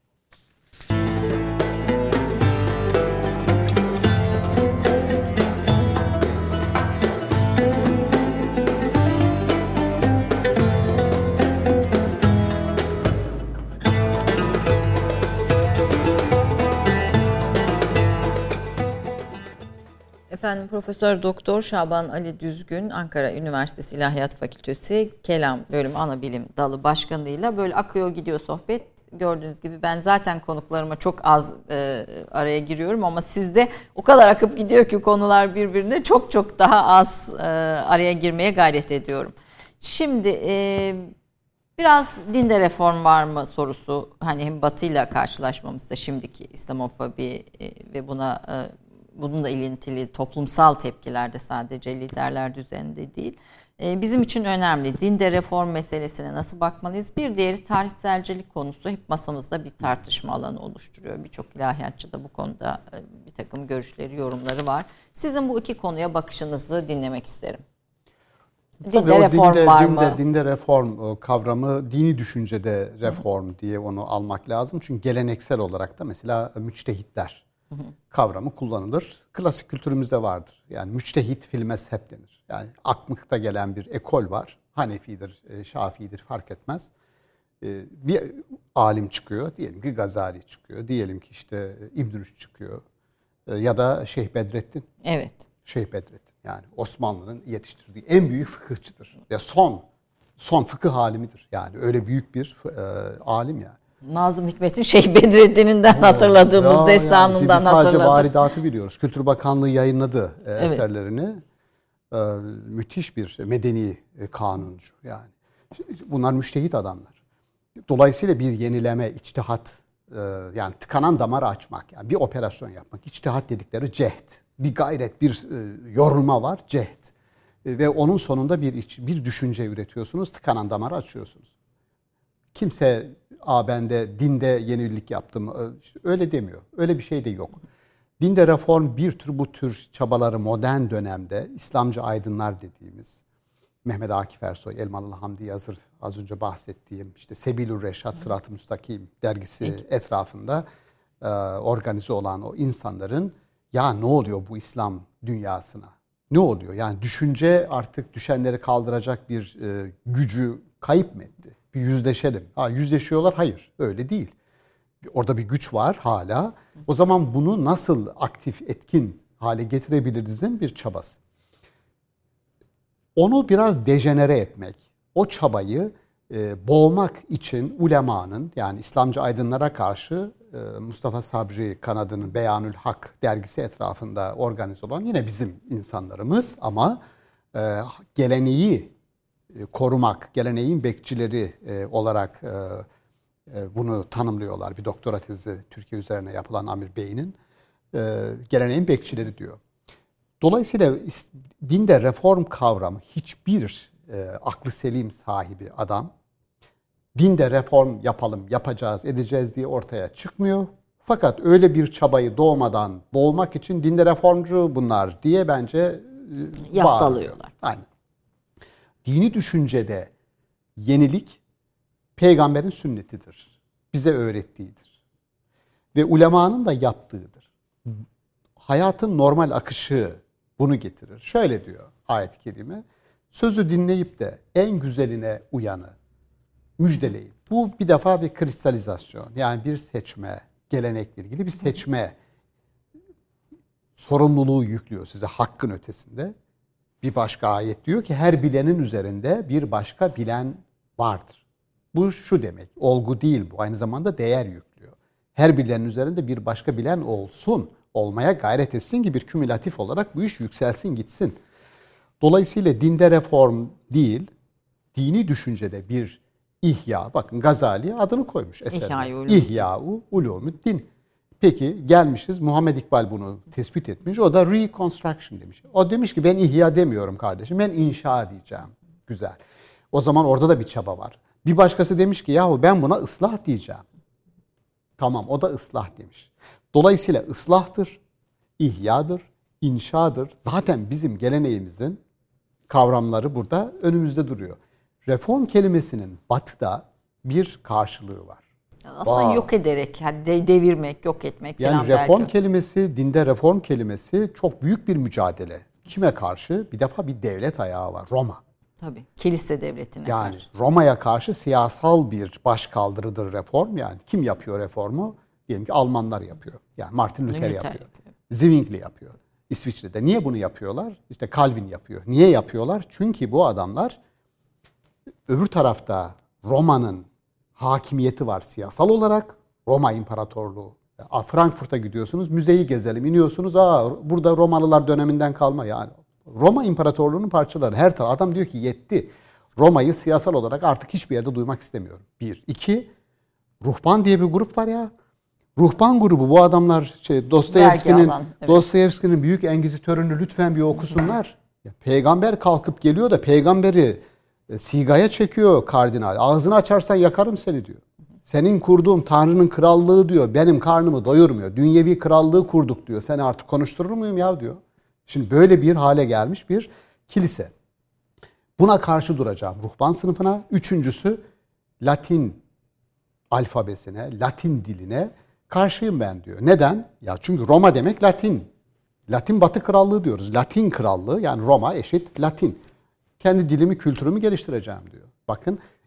Speaker 1: Efendim Profesör Doktor Şaban Ali Düzgün, Ankara Üniversitesi İlahiyat Fakültesi Kelam Bölümü Anabilim Dalı Başkanlığıyla böyle akıyor gidiyor sohbet. Gördüğünüz gibi ben zaten konuklarıma çok az araya giriyorum ama sizde o kadar akıp gidiyor ki konular birbirine çok daha az araya girmeye gayret ediyorum. Şimdi biraz dinde reform var mı sorusu, hani hem Batı'yla karşılaşmamızda şimdiki İslamofobi ve bununla ilintili toplumsal tepkilerde sadece liderler düzeyinde değil. Bizim için önemli. Dinde reform meselesine nasıl bakmalıyız? Bir diğeri tarihselcilik konusu hep masamızda bir tartışma alanı oluşturuyor. Birçok ilahiyatçı da bu konuda bir takım görüşleri, yorumları var. Sizin bu iki konuya bakışınızı dinlemek isterim. Dinde reform var mı?
Speaker 2: Dinde reform kavramı dini düşüncede reform diye onu almak lazım. Çünkü geleneksel olarak da mesela müçtehitler kavramı kullanılır. Klasik kültürümüzde vardır. Yani müçtehit fil mezhep denir. Yani aklıkta gelen bir ekol var. Hanefidir, Şafii'dir fark etmez. Bir alim çıkıyor, diyelim ki Gazali çıkıyor, diyelim ki işte İbn Rüşd çıkıyor ya da Şeyh Bedrettin.
Speaker 1: Evet.
Speaker 2: Şeyh Bedrettin yani Osmanlı'nın yetiştirdiği en büyük fıkıhçıdır. Ya son fıkıh alimidir. Yani öyle büyük bir alim yani.
Speaker 1: Nazım Hikmet'in Şeyh Bedrettin'inden hatırladığımız destanından
Speaker 2: yani, sadece
Speaker 1: hatırladım.
Speaker 2: varidatı biliyoruz. Kültür Bakanlığı yayınladı eserlerini. Müthiş bir medeni kanuncu yani. Bunlar müştehit adamlar. Dolayısıyla bir yenileme, içtihat, yani tıkanan damarı açmak, yani bir operasyon yapmak. İçtihat dedikleri cehd. Bir gayret, bir yorulma var, cehd. Ve onun sonunda bir düşünce üretiyorsunuz, tıkanan damarı açıyorsunuz. Kimse, ben de dinde yenilik yaptım, işte öyle demiyor. Öyle bir şey de yok. Dinde reform bu tür çabaları modern dönemde İslamcı aydınlar dediğimiz, Mehmet Akif Ersoy, Elmalı Hamdi Yazır, az önce bahsettiğim işte Sebilur Reşat, Sırat-ı Müstakim dergisi etrafında organize olan o insanların ya ne oluyor bu İslam dünyasına? Ne oluyor? Yani düşünce artık düşenleri kaldıracak bir gücü kayıp mı etti? Bir yüzleşelim. Yüzleşiyorlar. Hayır. Öyle değil. Orada bir güç var hala. O zaman bunu nasıl aktif, etkin hale getirebilirizin bir çabası. Onu biraz dejenere etmek, o çabayı boğmak için ulemanın, yani İslamcı aydınlara karşı Mustafa Sabri kanadının Beyanül Hak dergisi etrafında organize olan yine bizim insanlarımız ama geleneği korumak, geleneğin bekçileri olarak bunu tanımlıyorlar. Bir doktora tezi Türkiye üzerine yapılan Amir Bey'in geleneğin bekçileri diyor. Dolayısıyla dinde reform kavramı hiçbir aklı selim sahibi adam dinde reform yapalım, yapacağız, edeceğiz diye ortaya çıkmıyor. Fakat öyle bir çabayı doğmadan boğmak için dinde reformcu bunlar diye bence
Speaker 1: yaftalıyorlar.
Speaker 2: Aynen. Dini düşüncede yenilik peygamberin sünnetidir. Bize öğrettiğidir. Ve ulemanın da yaptığıdır. Hayatın normal akışı bunu getirir. Şöyle diyor ayet-i kerime. Sözü dinleyip de en güzeline uyanı müjdeleyin. Bu bir defa bir kristalizasyon. Yani bir seçme, gelenekle ilgili bir seçme sorumluluğu yüklüyor size hakkın ötesinde. Bir başka ayet diyor ki her bilenin üzerinde bir başka bilen vardır. Bu şu demek, olgu değil bu, aynı zamanda değer yüklüyor. Her bilenin üzerinde bir başka bilen olsun, olmaya gayret etsin ki bir kümülatif olarak bu iş yükselsin gitsin. Dolayısıyla dinde reform değil, dini düşüncede bir ihya, bakın Gazali adını koymuş eserine. İhya-u Ulûmü'd-Din. Peki gelmişiz, Muhammed İkbal bunu tespit etmiş, o da reconstruction demiş. O demiş ki ben ihya demiyorum kardeşim, ben inşa diyeceğim. Güzel. O zaman orada da bir çaba var. Bir başkası demiş ki yahu ben buna ıslah diyeceğim. Tamam, o da ıslah demiş. Dolayısıyla ıslahtır, ihyadır, inşadır. Zaten bizim geleneğimizin kavramları burada önümüzde duruyor. Reform kelimesinin batıda bir karşılığı var.
Speaker 1: Aslında yok ederek, yani devirmek, yok etmek
Speaker 2: yani
Speaker 1: falan
Speaker 2: reform
Speaker 1: belki.
Speaker 2: kelimesi, dinde reform kelimesi çok büyük bir mücadele. Kime karşı? Bir defa bir devlet ayağı var, Roma.
Speaker 1: Tabii, kilise devletine
Speaker 2: yani
Speaker 1: karşı.
Speaker 2: Roma'ya karşı siyasal bir başkaldırıdır reform. Yani kim yapıyor reformu? Diyelim ki Almanlar yapıyor. Yani Martin Luther yapıyor. Zwingli yapıyor. İsviçre'de. Niye bunu yapıyorlar? İşte Calvin yapıyor. Niye yapıyorlar? Çünkü bu adamlar öbür tarafta Roma'nın hakimiyeti var siyasal olarak. Roma İmparatorluğu. Frankfurt'a gidiyorsunuz, müzeyi gezelim, iniyorsunuz. Burada Romalılar döneminden kalma yani. Roma İmparatorluğu'nun parçaları. Her taraf. Adam diyor ki yetti. Roma'yı siyasal olarak artık hiçbir yerde duymak istemiyorum. Bir. İki, Ruhban diye bir grup var ya. Ruhban grubu, bu adamlar Dostoyevski'nin Büyük Engizitörünü lütfen bir okusunlar. Peygamber kalkıp geliyor da peygamberi sigaya çekiyor kardinal. Ağzını açarsan yakarım seni diyor. Senin kurduğun Tanrı'nın krallığı diyor benim karnımı doyurmuyor. Dünyevi krallığı kurduk diyor. Seni artık konuşturur muyum ya diyor. Şimdi böyle bir hale gelmiş bir kilise. Buna karşı duracağım ruhban sınıfına. Üçüncüsü Latin alfabesine, Latin diline karşıyım ben diyor. Neden? Ya çünkü Roma demek Latin. Latin Batı Krallığı diyoruz. Latin Krallığı yani Roma eşit Latin. Kendi dilimi, kültürümü geliştireceğim diyor. Bakın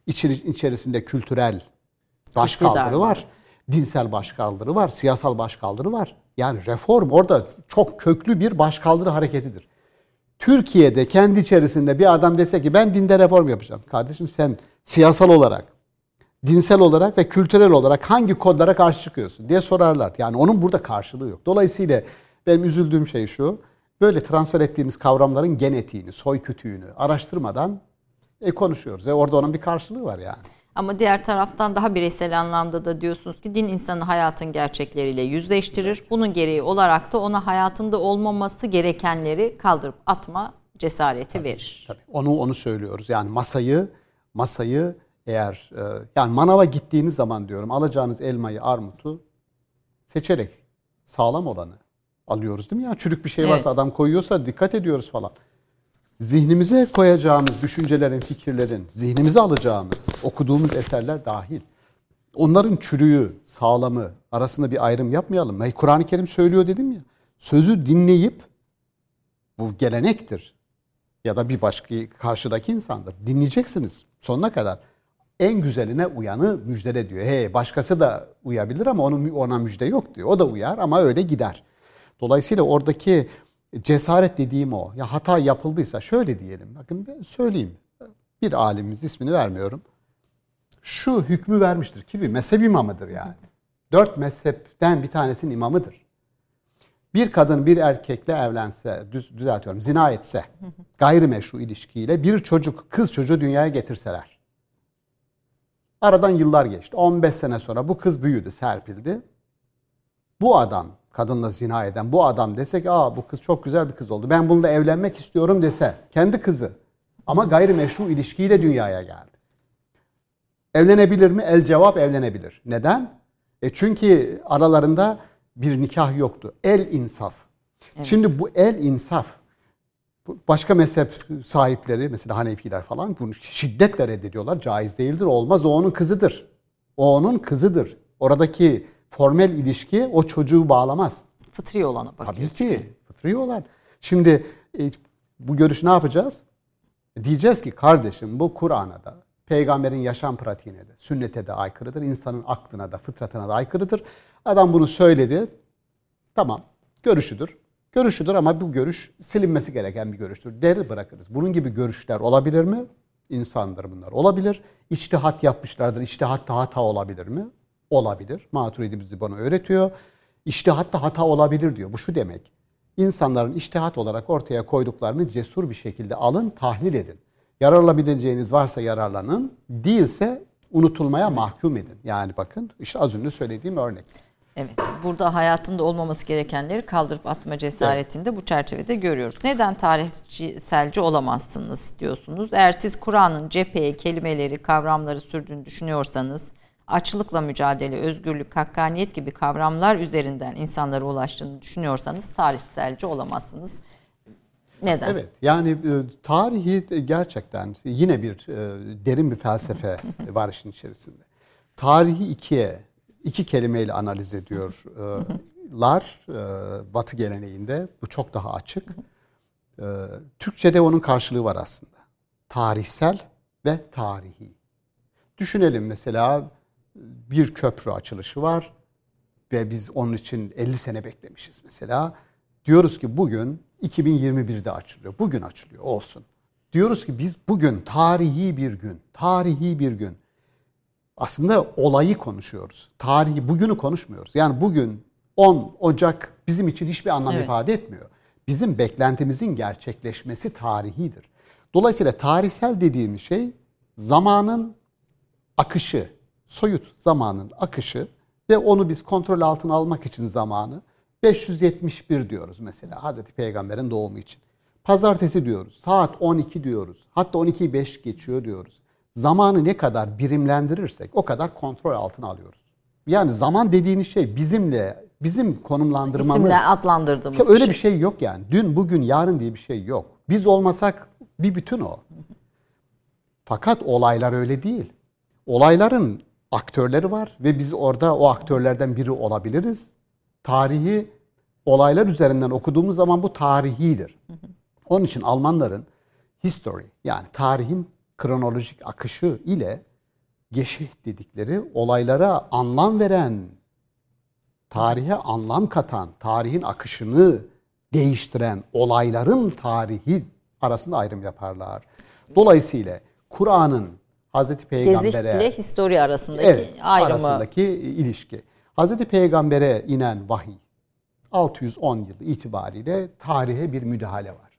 Speaker 2: İçerisinde kültürel başkaldırı
Speaker 1: İktidar
Speaker 2: var. Dinsel başkaldırı var. Siyasal başkaldırı var. Yani reform orada çok köklü bir başkaldırı hareketidir. Türkiye'de kendi içerisinde bir adam dese ki ben dinde reform yapacağım. Kardeşim sen siyasal olarak, dinsel olarak ve kültürel olarak hangi kodlara karşı çıkıyorsun diye sorarlar. Yani onun burada karşılığı yok. Dolayısıyla benim üzüldüğüm şey şu. Böyle transfer ettiğimiz kavramların genetiğini, soykütüğünü araştırmadan konuşuyoruz. Orada onun bir karşılığı var yani.
Speaker 1: Ama diğer taraftan daha bireysel anlamda da diyorsunuz ki din insanı hayatın gerçekleriyle yüzleştirir. Bunun gereği olarak da ona hayatında olmaması gerekenleri kaldırıp atma cesareti verir.
Speaker 2: Tabii. Onu söylüyoruz. Yani masayı eğer yani manava gittiğiniz zaman diyorum alacağınız elmayı, armutu seçerek sağlam olanı alıyoruz değil mi ya? Çürük bir şey varsa adam koyuyorsa dikkat ediyoruz falan. Zihnimize koyacağımız düşüncelerin, fikirlerin, zihnimize alacağımız, okuduğumuz eserler dahil. Onların çürüğü, sağlamı arasında bir ayrım yapmayalım. Kur'an-ı Kerim söylüyor dedim ya. Sözü dinleyip, bu gelenektir. Ya da bir başka karşıdaki insandır. Dinleyeceksiniz sonuna kadar. En güzeline uyanı müjdele diyor. Başkası da uyabilir ama ona müjde yok diyor. O da uyar ama öyle gider. Dolayısıyla oradaki cesaret dediğim o. Ya hata yapıldıysa şöyle diyelim. Bakın ben söyleyeyim. Bir alimimiz, ismini vermiyorum. Şu hükmü vermiştir ki bir mezhep imamıdır yani. 4 mezhepten bir tanesinin imamıdır. Bir kadın bir erkekle evlense, düzeltiyorum, zina etse, gayrimeşru ilişkiyle bir çocuk, kız çocuğu dünyaya getirseler. Aradan yıllar geçti. 15 sene sonra bu kız büyüdü, serpildi. Bu adam, kadınla zina eden bu adam desek, bu kız çok güzel bir kız oldu. Ben bununla evlenmek istiyorum dese, kendi kızı ama gayrimeşru ilişkiyle dünyaya geldi. Evlenebilir mi? El cevap evlenebilir. Neden? Çünkü aralarında bir nikah yoktu. El insaf. Evet. Şimdi bu el insaf, başka mezhep sahipleri, mesela Hanefiler falan bunu şiddetle reddediyorlar. Caiz değildir, olmaz. O onun kızıdır. O onun kızıdır. Oradaki formel ilişki o çocuğu bağlamaz.
Speaker 1: Fıtri olana bakıyor.
Speaker 2: Tabii ki. Fıtri olan. Şimdi bu görüş ne yapacağız? Diyeceğiz ki kardeşim bu Kur'an'a da, peygamberin yaşam pratiğine de, sünnete de aykırıdır. İnsanın aklına da, fıtratına da aykırıdır. Adam bunu söyledi. Tamam. Görüşüdür. Görüşüdür ama bu görüş silinmesi gereken bir görüştür. Der bırakırız. Bunun gibi görüşler olabilir mi? İnsandır bunlar. Olabilir. İçtihat yapmışlardır. İçtihatta hata olabilir mi? Olabilir. Maturidi bizi bana öğretiyor. İçtihatta hata olabilir diyor. Bu şu demek. İnsanların içtihat olarak ortaya koyduklarını cesur bir şekilde alın, tahlil edin. Yararlanabileceğiniz varsa yararlanın. Değilse unutulmaya mahkum edin. Yani bakın işte az önce söylediğim örnek.
Speaker 1: Evet, burada hayatında olmaması gerekenleri kaldırıp atma cesaretini de bu çerçevede görüyoruz. Neden tarihselci olamazsınız diyorsunuz? Eğer siz Kur'an'ın cepheye kelimeleri, kavramları sürdüğünü düşünüyorsanız, açlıkla mücadele, özgürlük, hakkaniyet gibi kavramlar üzerinden insanlara ulaştığını düşünüyorsanız tarihselci olamazsınız. Neden?
Speaker 2: Evet, yani tarihi gerçekten yine bir derin bir felsefe var işin içerisinde. Tarihi iki kelimeyle analiz ediyorlar Batı geleneğinde. Bu çok daha açık. Türkçe'de onun karşılığı var aslında. Tarihsel ve tarihi. Düşünelim mesela bir köprü açılışı var ve biz onun için 50 sene beklemişiz mesela. Diyoruz ki bugün 2021'de açılıyor. Bugün açılıyor olsun. Diyoruz ki biz bugün tarihi bir gün. Aslında olayı konuşuyoruz. Tarihi, bugünü konuşmuyoruz. Yani bugün 10 Ocak bizim için hiçbir anlam ifade etmiyor. Bizim beklentimizin gerçekleşmesi tarihidir. Dolayısıyla tarihsel dediğimiz şey zamanın akışı, soyut zamanın akışı ve onu biz kontrol altına almak için zamanı 571 diyoruz mesela Hazreti Peygamber'in doğumu için. Pazartesi diyoruz, saat 12 diyoruz, hatta 12'yi 5 geçiyor diyoruz. Zamanı ne kadar birimlendirirsek o kadar kontrol altına alıyoruz. Yani zaman dediğiniz şey bizim konumlandırmamız.
Speaker 1: İsimle adlandırdığımız
Speaker 2: öyle bir şey yok yani. Dün, bugün, yarın diye bir şey yok. Biz olmasak bir bütün o. Fakat olaylar öyle değil. Olayların aktörleri var ve biz orada o aktörlerden biri olabiliriz. Tarihi olaylar üzerinden okuduğumuz zaman bu tarihidir. Onun için Almanların history yani tarihin kronolojik akışı ile Geçih dedikleri olaylara anlam veren, tarihe anlam katan, tarihin akışını değiştiren olayların tarihi arasında ayrım yaparlar. Dolayısıyla Kur'an'ın Hazreti Peygamber'e...
Speaker 1: Gezih ile histori arasındaki ayrımı.
Speaker 2: Arasındaki ilişki. Hazreti Peygamber'e inen vahiy 610 yıl itibariyle tarihe bir müdahale var.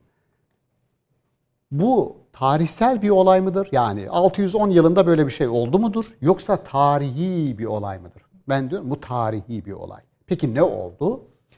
Speaker 2: Bu tarihsel bir olay mıdır? Yani 610 yılında böyle bir şey oldu mudur? Yoksa tarihi bir olay mıdır? Ben diyorum bu tarihi bir olay. Peki ne oldu?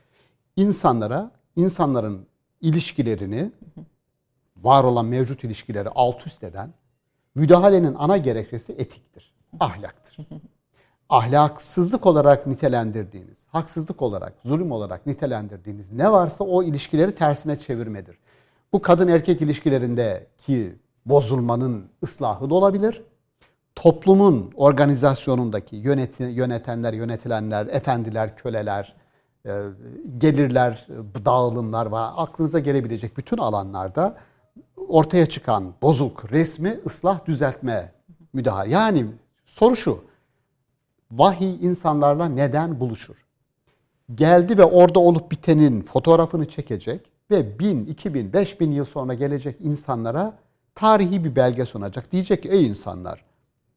Speaker 2: İnsanların ilişkilerini, var olan mevcut ilişkileri alt üst eden müdahalenin ana gerekçesi etiktir, ahlaktır. Ahlaksızlık olarak nitelendirdiğiniz, haksızlık olarak, zulüm olarak nitelendirdiğiniz ne varsa o ilişkileri tersine çevirmedir. Bu kadın erkek ilişkilerindeki bozulmanın ıslahı da olabilir. Toplumun organizasyonundaki yönetenler, yönetilenler, efendiler, köleler, gelirler, dağılımlar var. Aklınıza gelebilecek bütün alanlarda ortaya çıkan bozuk resmi ıslah, düzeltme, müdahale. Yani soru şu, vahiy insanlarla neden buluşur? Geldi ve orada olup bitenin fotoğrafını çekecek ve 1000, 2000, 5000 yıl sonra gelecek insanlara tarihi bir belge sunacak. Diyecek ki ey insanlar,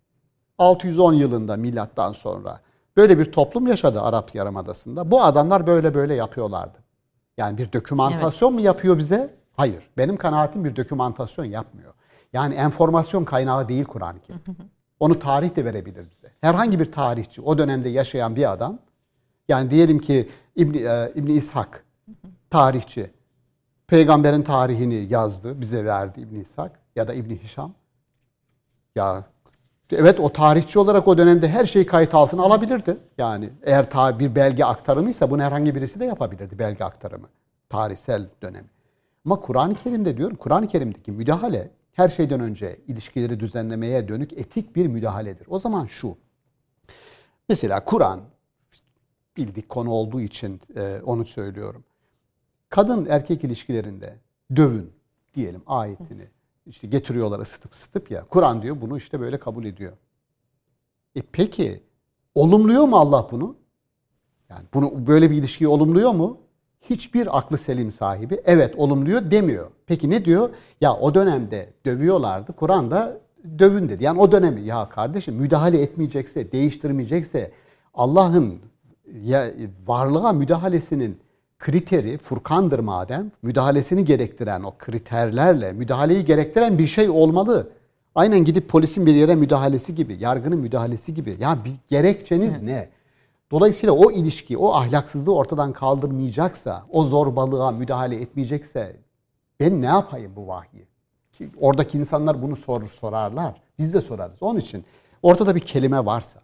Speaker 2: 610 yılında milattan sonra böyle bir toplum yaşadı Arap Yarımadası'nda. Bu adamlar böyle böyle yapıyorlardı. Yani bir dokümantasyon mu yapıyor bize? Hayır. Benim kanaatim bir dokümantasyon yapmıyor. Yani enformasyon kaynağı değil Kur'an-ı Kerim. Onu tarih de verebilir bize. Herhangi bir tarihçi, o dönemde yaşayan bir adam, yani diyelim ki İbni İshak, tarihçi, peygamberin tarihini yazdı, bize verdi İbni İshak ya da İbni Hişam. Ya evet, o tarihçi olarak o dönemde her şeyi kayıt altına alabilirdi. Yani eğer bir belge aktarımıysa bunu herhangi birisi de yapabilirdi, belge aktarımı. Tarihsel dönemi. Ama Kur'an-ı Kerim'de diyorum, Kur'an-ı Kerim'deki müdahale her şeyden önce ilişkileri düzenlemeye dönük etik bir müdahaledir. O zaman şu, mesela Kur'an, bildik konu olduğu için onu söylüyorum. Kadın erkek ilişkilerinde dövün diyelim ayetini işte getiriyorlar ısıtıp ya. Kur'an diyor bunu işte böyle kabul ediyor. Peki olumluyor mu Allah bunu? Yani bunu böyle bir ilişkiyi olumluyor mu? Hiçbir aklı selim sahibi evet olumluyor demiyor. Peki ne diyor? Ya o dönemde dövüyorlardı. Kur'an da dövün dedi. Yani o dönemi ya kardeşim müdahale etmeyecekse, değiştirmeyecekse Allah'ın varlığa müdahalesinin kriteri Furkan'dır madem. Müdahalesini gerektiren o kriterlerle müdahaleyi gerektiren bir şey olmalı. Aynen gidip polisin bir yere müdahalesi gibi, yargının müdahalesi gibi. Ya bir gerekçeniz ne? Dolayısıyla o ilişki, o ahlaksızlığı ortadan kaldırmayacaksa, o zorbalığa müdahale etmeyecekse ben ne yapayım bu vahyi? Oradaki insanlar bunu sorarlar. Biz de sorarız. Onun için ortada bir kelime varsa,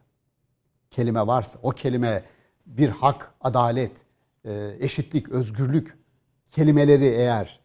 Speaker 2: o kelime bir hak, adalet, eşitlik, özgürlük kelimeleri eğer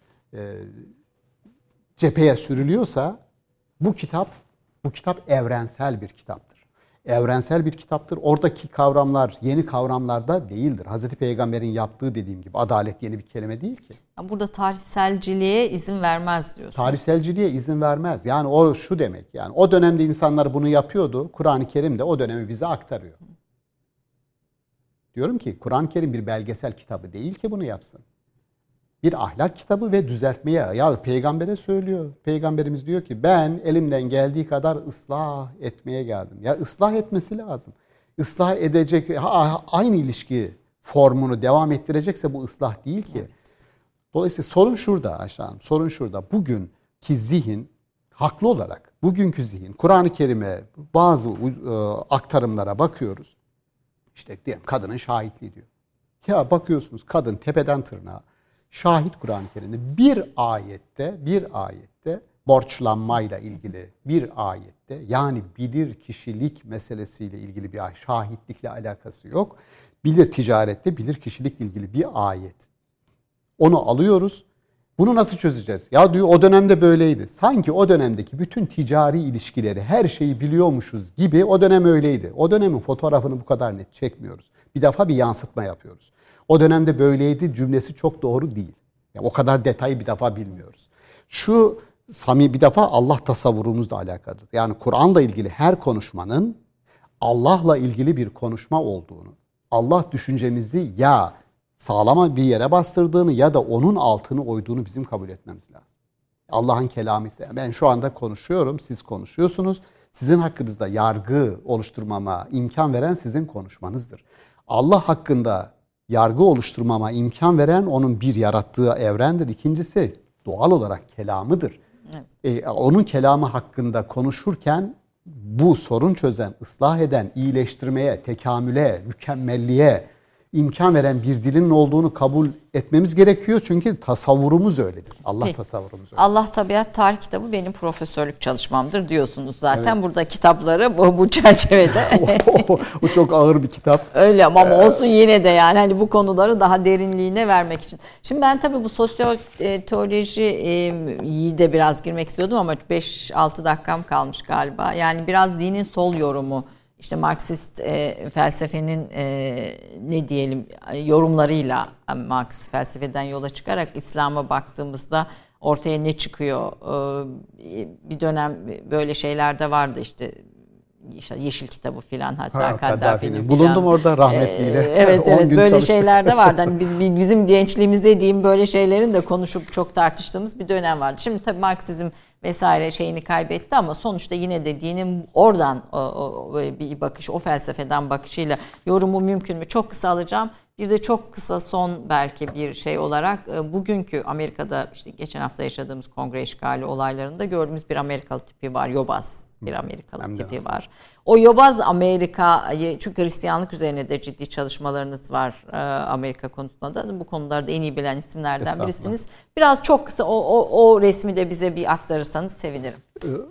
Speaker 2: cepheye sürülüyorsa bu kitap evrensel bir kitaptır. Evrensel bir kitaptır. Oradaki kavramlar yeni kavramlar da değildir. Hazreti Peygamber'in yaptığı dediğim gibi adalet yeni bir kelime değil ki.
Speaker 1: Burada tarihselciliğe izin vermez diyorsun.
Speaker 2: Tarihselciliğe izin vermez. Yani o şu demek. Yani o dönemde insanlar bunu yapıyordu. Kur'an-ı Kerim de o dönemi bize aktarıyor. Diyorum ki Kur'an-ı Kerim bir belgesel kitabı değil ki bunu yapsın. Bir ahlak kitabı ve düzeltmeye. Ya Peygamber'e söylüyor. Peygamberimiz diyor ki ben elimden geldiği kadar ıslah etmeye geldim. Ya ıslah etmesi lazım. Islah edecek, aynı ilişki formunu devam ettirecekse bu ıslah değil ki. Dolayısıyla sorun şurada Ayşe Hanım. Sorun şurada. Bugünkü zihin haklı olarak bugünkü zihin Kur'an-ı Kerim'e bazı aktarımlara bakıyoruz. İşte diyelim kadının şahitliği diyor. Ya bakıyorsunuz kadın tepeden tırnağa şahit Kur'an-ı Kerim'de bir ayette borçlanmayla ilgili bir ayette yani bilir kişilik meselesiyle ilgili bir ayet, şahitlikle alakası yok. Bilir ticarette bilir kişilikle ilgili bir ayet. Onu alıyoruz. Bunu nasıl çözeceğiz? Ya diyor o dönemde böyleydi. Sanki o dönemdeki bütün ticari ilişkileri, her şeyi biliyormuşuz gibi o dönem öyleydi. O dönemin fotoğrafını bu kadar net çekmiyoruz. Bir defa bir yansıtma yapıyoruz. O dönemde böyleydi cümlesi çok doğru değil. Yani o kadar detayı bir defa bilmiyoruz. Şu bir defa Allah tasavvurumuzla alakalıdır. Yani Kur'an'la ilgili her konuşmanın Allah'la ilgili bir konuşma olduğunu, Allah düşüncemizi ya sağlama bir yere bastırdığını ya da onun altını oyduğunu bizim kabul etmemiz lazım. Allah'ın kelamı ise ben şu anda konuşuyorum, siz konuşuyorsunuz. Sizin hakkınızda yargı oluşturmama imkan veren sizin konuşmanızdır. Allah hakkında yargı oluşturmama imkan veren onun bir yarattığı evrendir. İkincisi doğal olarak kelamıdır. Evet. Onun kelamı hakkında konuşurken bu sorun çözen, ıslah eden, iyileştirmeye, tekamüle, mükemmelliğe imkan veren bir dilin olduğunu kabul etmemiz gerekiyor. Çünkü tasavvurumuz öyledir. Allah tasavvurumuz öyledir.
Speaker 1: Allah Tabiat Tarih kitabı benim profesörlük çalışmamdır diyorsunuz zaten. Evet. Burada kitapları bu çerçevede.
Speaker 2: O çok ağır bir kitap.
Speaker 1: Öyle ama olsun yine de yani hani bu konuları daha derinliğine vermek için. Şimdi ben tabii bu sosyolojiyi de biraz girmek istiyordum ama 5-6 dakikam kalmış galiba. Yani biraz dinin sol yorumu. İşte Marksist felsefenin ne diyelim yorumlarıyla Marks felsefeden yola çıkarak İslam'a baktığımızda ortaya ne çıkıyor? Bir dönem böyle şeyler de vardı işte Yeşil Kitabı filan hatta Kaddafi'nin filan.
Speaker 2: Bulundum orada rahmetliyle.
Speaker 1: Evet böyle şeyler de vardı. Hani bizim gençliğimizde diyeyim böyle şeylerin de konuşup çok tartıştığımız bir dönem vardı. Şimdi tabii Marksizm vesaire şeyini kaybetti ama sonuçta yine de dinin oradan bir bakış, o felsefeden bakışıyla yorumu mümkün mü? Çok kısa alacağım. Bir de çok kısa son belki bir şey olarak bugünkü Amerika'da işte geçen hafta yaşadığımız kongre işgali olaylarında gördüğümüz bir Amerikalı tipi var. Yobaz bir Amerikalı tipi var. O yobaz Amerika'yı, çünkü Hristiyanlık üzerine de ciddi çalışmalarınız var Amerika konusunda da. Bu konularda en iyi bilen isimlerden birisiniz. Biraz çok kısa o resmi de bize bir aktarırsanız sevinirim.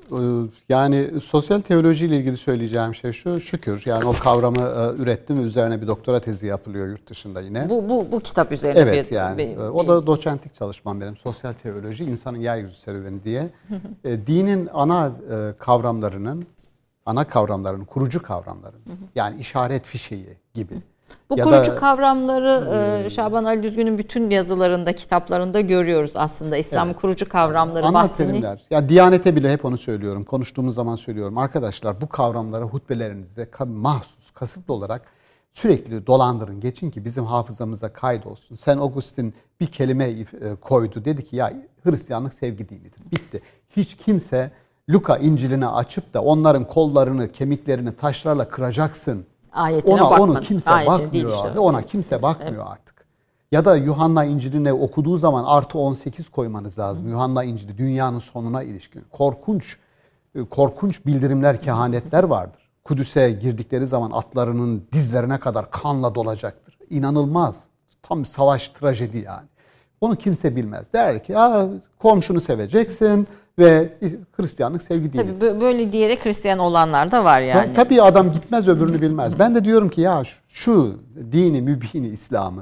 Speaker 2: Yani sosyal teoloji ile ilgili söyleyeceğim şey şu, şükür yani o kavramı ürettim ve üzerine bir doktora tezi yapılıyor yurt dışında yine.
Speaker 1: Bu kitap üzerine
Speaker 2: evet, yani o da doçentlik çalışmam benim. Sosyal teoloji, insanın yeryüzü serüveni diye. Dinin ana kavramlarının, kurucu kavramların, yani işaret fişeği gibi.
Speaker 1: Bu kurucu kavramları Şaban Ali Düzgün'ün bütün yazılarında, kitaplarında görüyoruz aslında. İslam'ın kurucu kavramları bahsini.
Speaker 2: Ya Diyanete bile hep onu söylüyorum. Konuştuğumuz zaman söylüyorum. Arkadaşlar bu kavramları hutbelerinizde mahsus, kasıtlı olarak sürekli dolandırın. Geçin ki bizim hafızamıza kaydolsun. Saint Augustin bir kelime koydu. Dedi ki ya Hristiyanlık sevgi dinidir. Bitti. Hiç kimse Luka İncil'ini açıp da onların kollarını, kemiklerini taşlarla kıracaksın.
Speaker 1: Ayetine bakmadı.
Speaker 2: Onu kimse bakmıyor abi. Ona kimse bakmıyor artık. Ya da Yuhanna İncil'ine okuduğu zaman +18 koymanız lazım. Yuhanna İncil'i dünyanın sonuna ilişkin. Korkunç bildirimler, kehanetler vardır. Kudüs'e girdikleri zaman atlarının dizlerine kadar kanla dolacaktır. İnanılmaz. Tam savaş trajedi yani. Onu kimse bilmez. Der ki komşunu seveceksin ve Hristiyanlık sevgi değil.
Speaker 1: Tabii böyle diyerek Hristiyan olanlar da var yani.
Speaker 2: Tabii adam gitmez öbürünü bilmez. Ben de diyorum ki ya şu dini mübini İslam'ı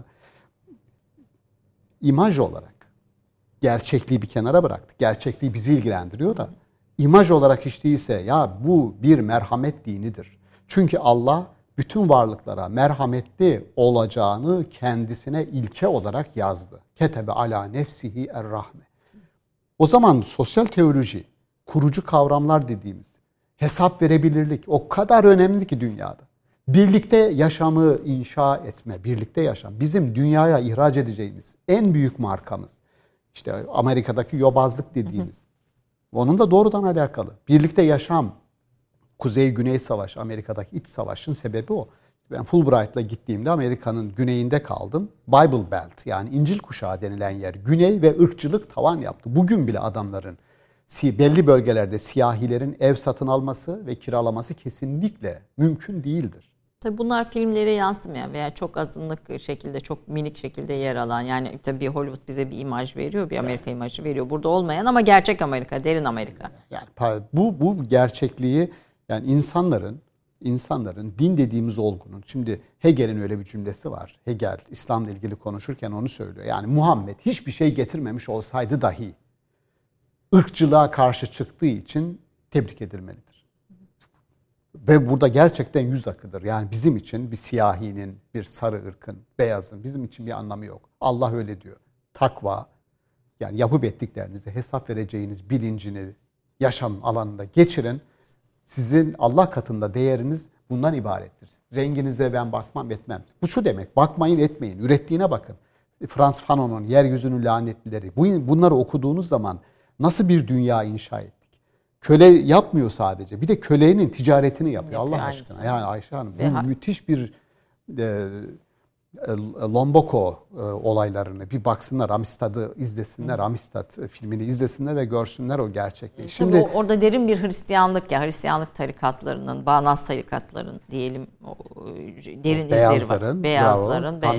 Speaker 2: imaj olarak gerçekliği bir kenara bıraktık. Gerçekliği bizi ilgilendiriyor da imaj olarak hiç değilse ya bu bir merhamet dinidir. Çünkü Allah bütün varlıklara merhametli olacağını kendisine ilke olarak yazdı. Ketebe ala nefsihi er-rahme. O zaman sosyal teoloji, kurucu kavramlar dediğimiz hesap verebilirlik o kadar önemli ki dünyada. Birlikte yaşamı inşa etme, birlikte yaşam. Bizim dünyaya ihraç edeceğimiz en büyük markamız. İşte Amerika'daki yobazlık dediğimiz. Onun da doğrudan alakalı. Birlikte yaşam, Kuzey-Güney Savaşı, Amerika'daki iç savaşın sebebi o. Ben Fulbright'la gittiğimde Amerika'nın güneyinde kaldım. Bible Belt yani İncil kuşağı denilen yer. Güney ve ırkçılık tavan yaptı. Bugün bile adamların belli bölgelerde siyahilerin ev satın alması ve kiralaması kesinlikle mümkün değildir.
Speaker 1: Tabii bunlar filmlere yansımayan veya çok azınlık şekilde, çok minik şekilde yer alan, yani tabii Hollywood bize bir imaj veriyor, bir Amerika imajı veriyor. Burada olmayan ama gerçek Amerika, derin Amerika.
Speaker 2: Yani bu gerçekliği, yani insanların din dediğimiz olgunun, şimdi Hegel'in öyle bir cümlesi var. Hegel İslam'la ilgili konuşurken onu söylüyor. Yani Muhammed hiçbir şey getirmemiş olsaydı dahi ırkçılığa karşı çıktığı için tebrik edilmelidir. Ve burada gerçekten yüz akıdır. Yani bizim için bir siyahinin, bir sarı ırkın, beyazın bizim için bir anlamı yok. Allah öyle diyor. Takva, Yani yapıp ettiklerinize hesap vereceğiniz bilincini yaşam alanında geçirin. Sizin Allah katında değeriniz bundan ibarettir. Renginize ben bakmam etmem. Bu şu demek, bakmayın etmeyin, ürettiğine bakın. Frantz Fanon'un Yeryüzünün Lanetlileri, bunları okuduğunuz zaman nasıl bir dünya inşa ettik? Köle yapmıyor sadece, bir de kölenin ticaretini yapıyor Allah aşkına. Yani Ayşe Hanım, bu müthiş bir Lomboko olaylarını bir baksınlar, Amistad'ı izlesinler, Amistad filmini izlesinler ve görsünler o gerçekliği.
Speaker 1: Şimdi orada derin bir Hristiyanlık, ya Hristiyanlık tarikatlarının, bağnaz tarikatların diyelim derin izleri var. Beyazların
Speaker 2: bravo,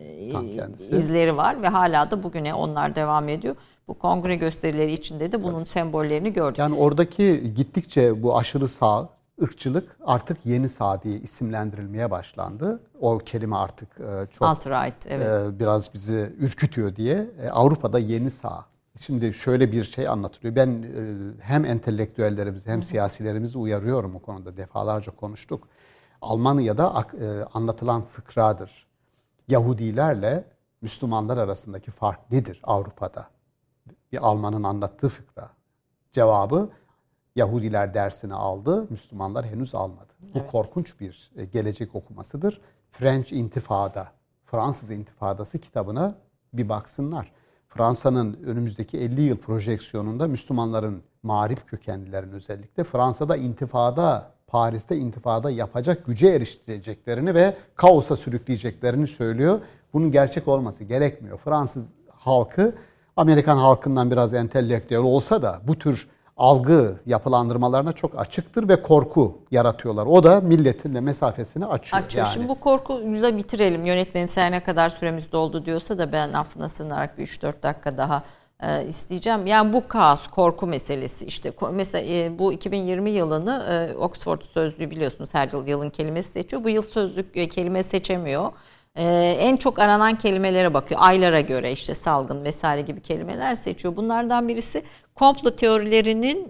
Speaker 1: ve izleri var ve hala da bugüne onlar devam ediyor. Bu kongre gösterileri içinde de bunun sembollerini gördük.
Speaker 2: Yani oradaki gittikçe bu aşırı sağ ırkçılık artık yeni sağ diye isimlendirilmeye başlandı. O kelime artık çok
Speaker 1: alt-right, evet.
Speaker 2: Biraz bizi ürkütüyor diye. Avrupa'da yeni sağ. Şimdi şöyle bir şey anlatılıyor. Ben hem entelektüellerimizi hem siyasilerimizi uyarıyorum o konuda. Defalarca konuştuk. Almanya'da anlatılan fıkradır. Yahudilerle Müslümanlar arasındaki fark nedir Avrupa'da? Bir Almanın anlattığı fıkra. Cevabı, Yahudiler dersini aldı, Müslümanlar henüz almadı. Bu korkunç bir gelecek okumasıdır. French İntifada, Fransız İntifadası kitabına bir baksınlar. Fransa'nın önümüzdeki 50 yıl projeksiyonunda Müslümanların mağrip kökenlilerin özellikle Fransa'da intifada, Paris'te intifada yapacak güce eriştireceklerini ve kaosa sürükleyeceklerini söylüyor. Bunun gerçek olması gerekmiyor. Fransız halkı Amerikan halkından biraz entelektüel olsa da bu tür algı yapılandırmalarına çok açıktır ve korku yaratıyorlar. O da milletin de mesafesini açıyor. Yani.
Speaker 1: Şimdi bu korkuyla bitirelim. Yönetmenim her ne kadar süremiz doldu diyorsa da ben affına sığınarak bir 3-4 dakika daha isteyeceğim. Yani bu kaos, korku meselesi işte. Mesela bu 2020 yılını Oxford Sözlüğü biliyorsunuz her yıl yılın kelimesi seçiyor. Bu yıl sözlük kelime seçemiyor. En çok aranan kelimelere bakıyor. Aylara göre işte salgın vesaire gibi kelimeler seçiyor. Bunlardan birisi komplo teorilerinin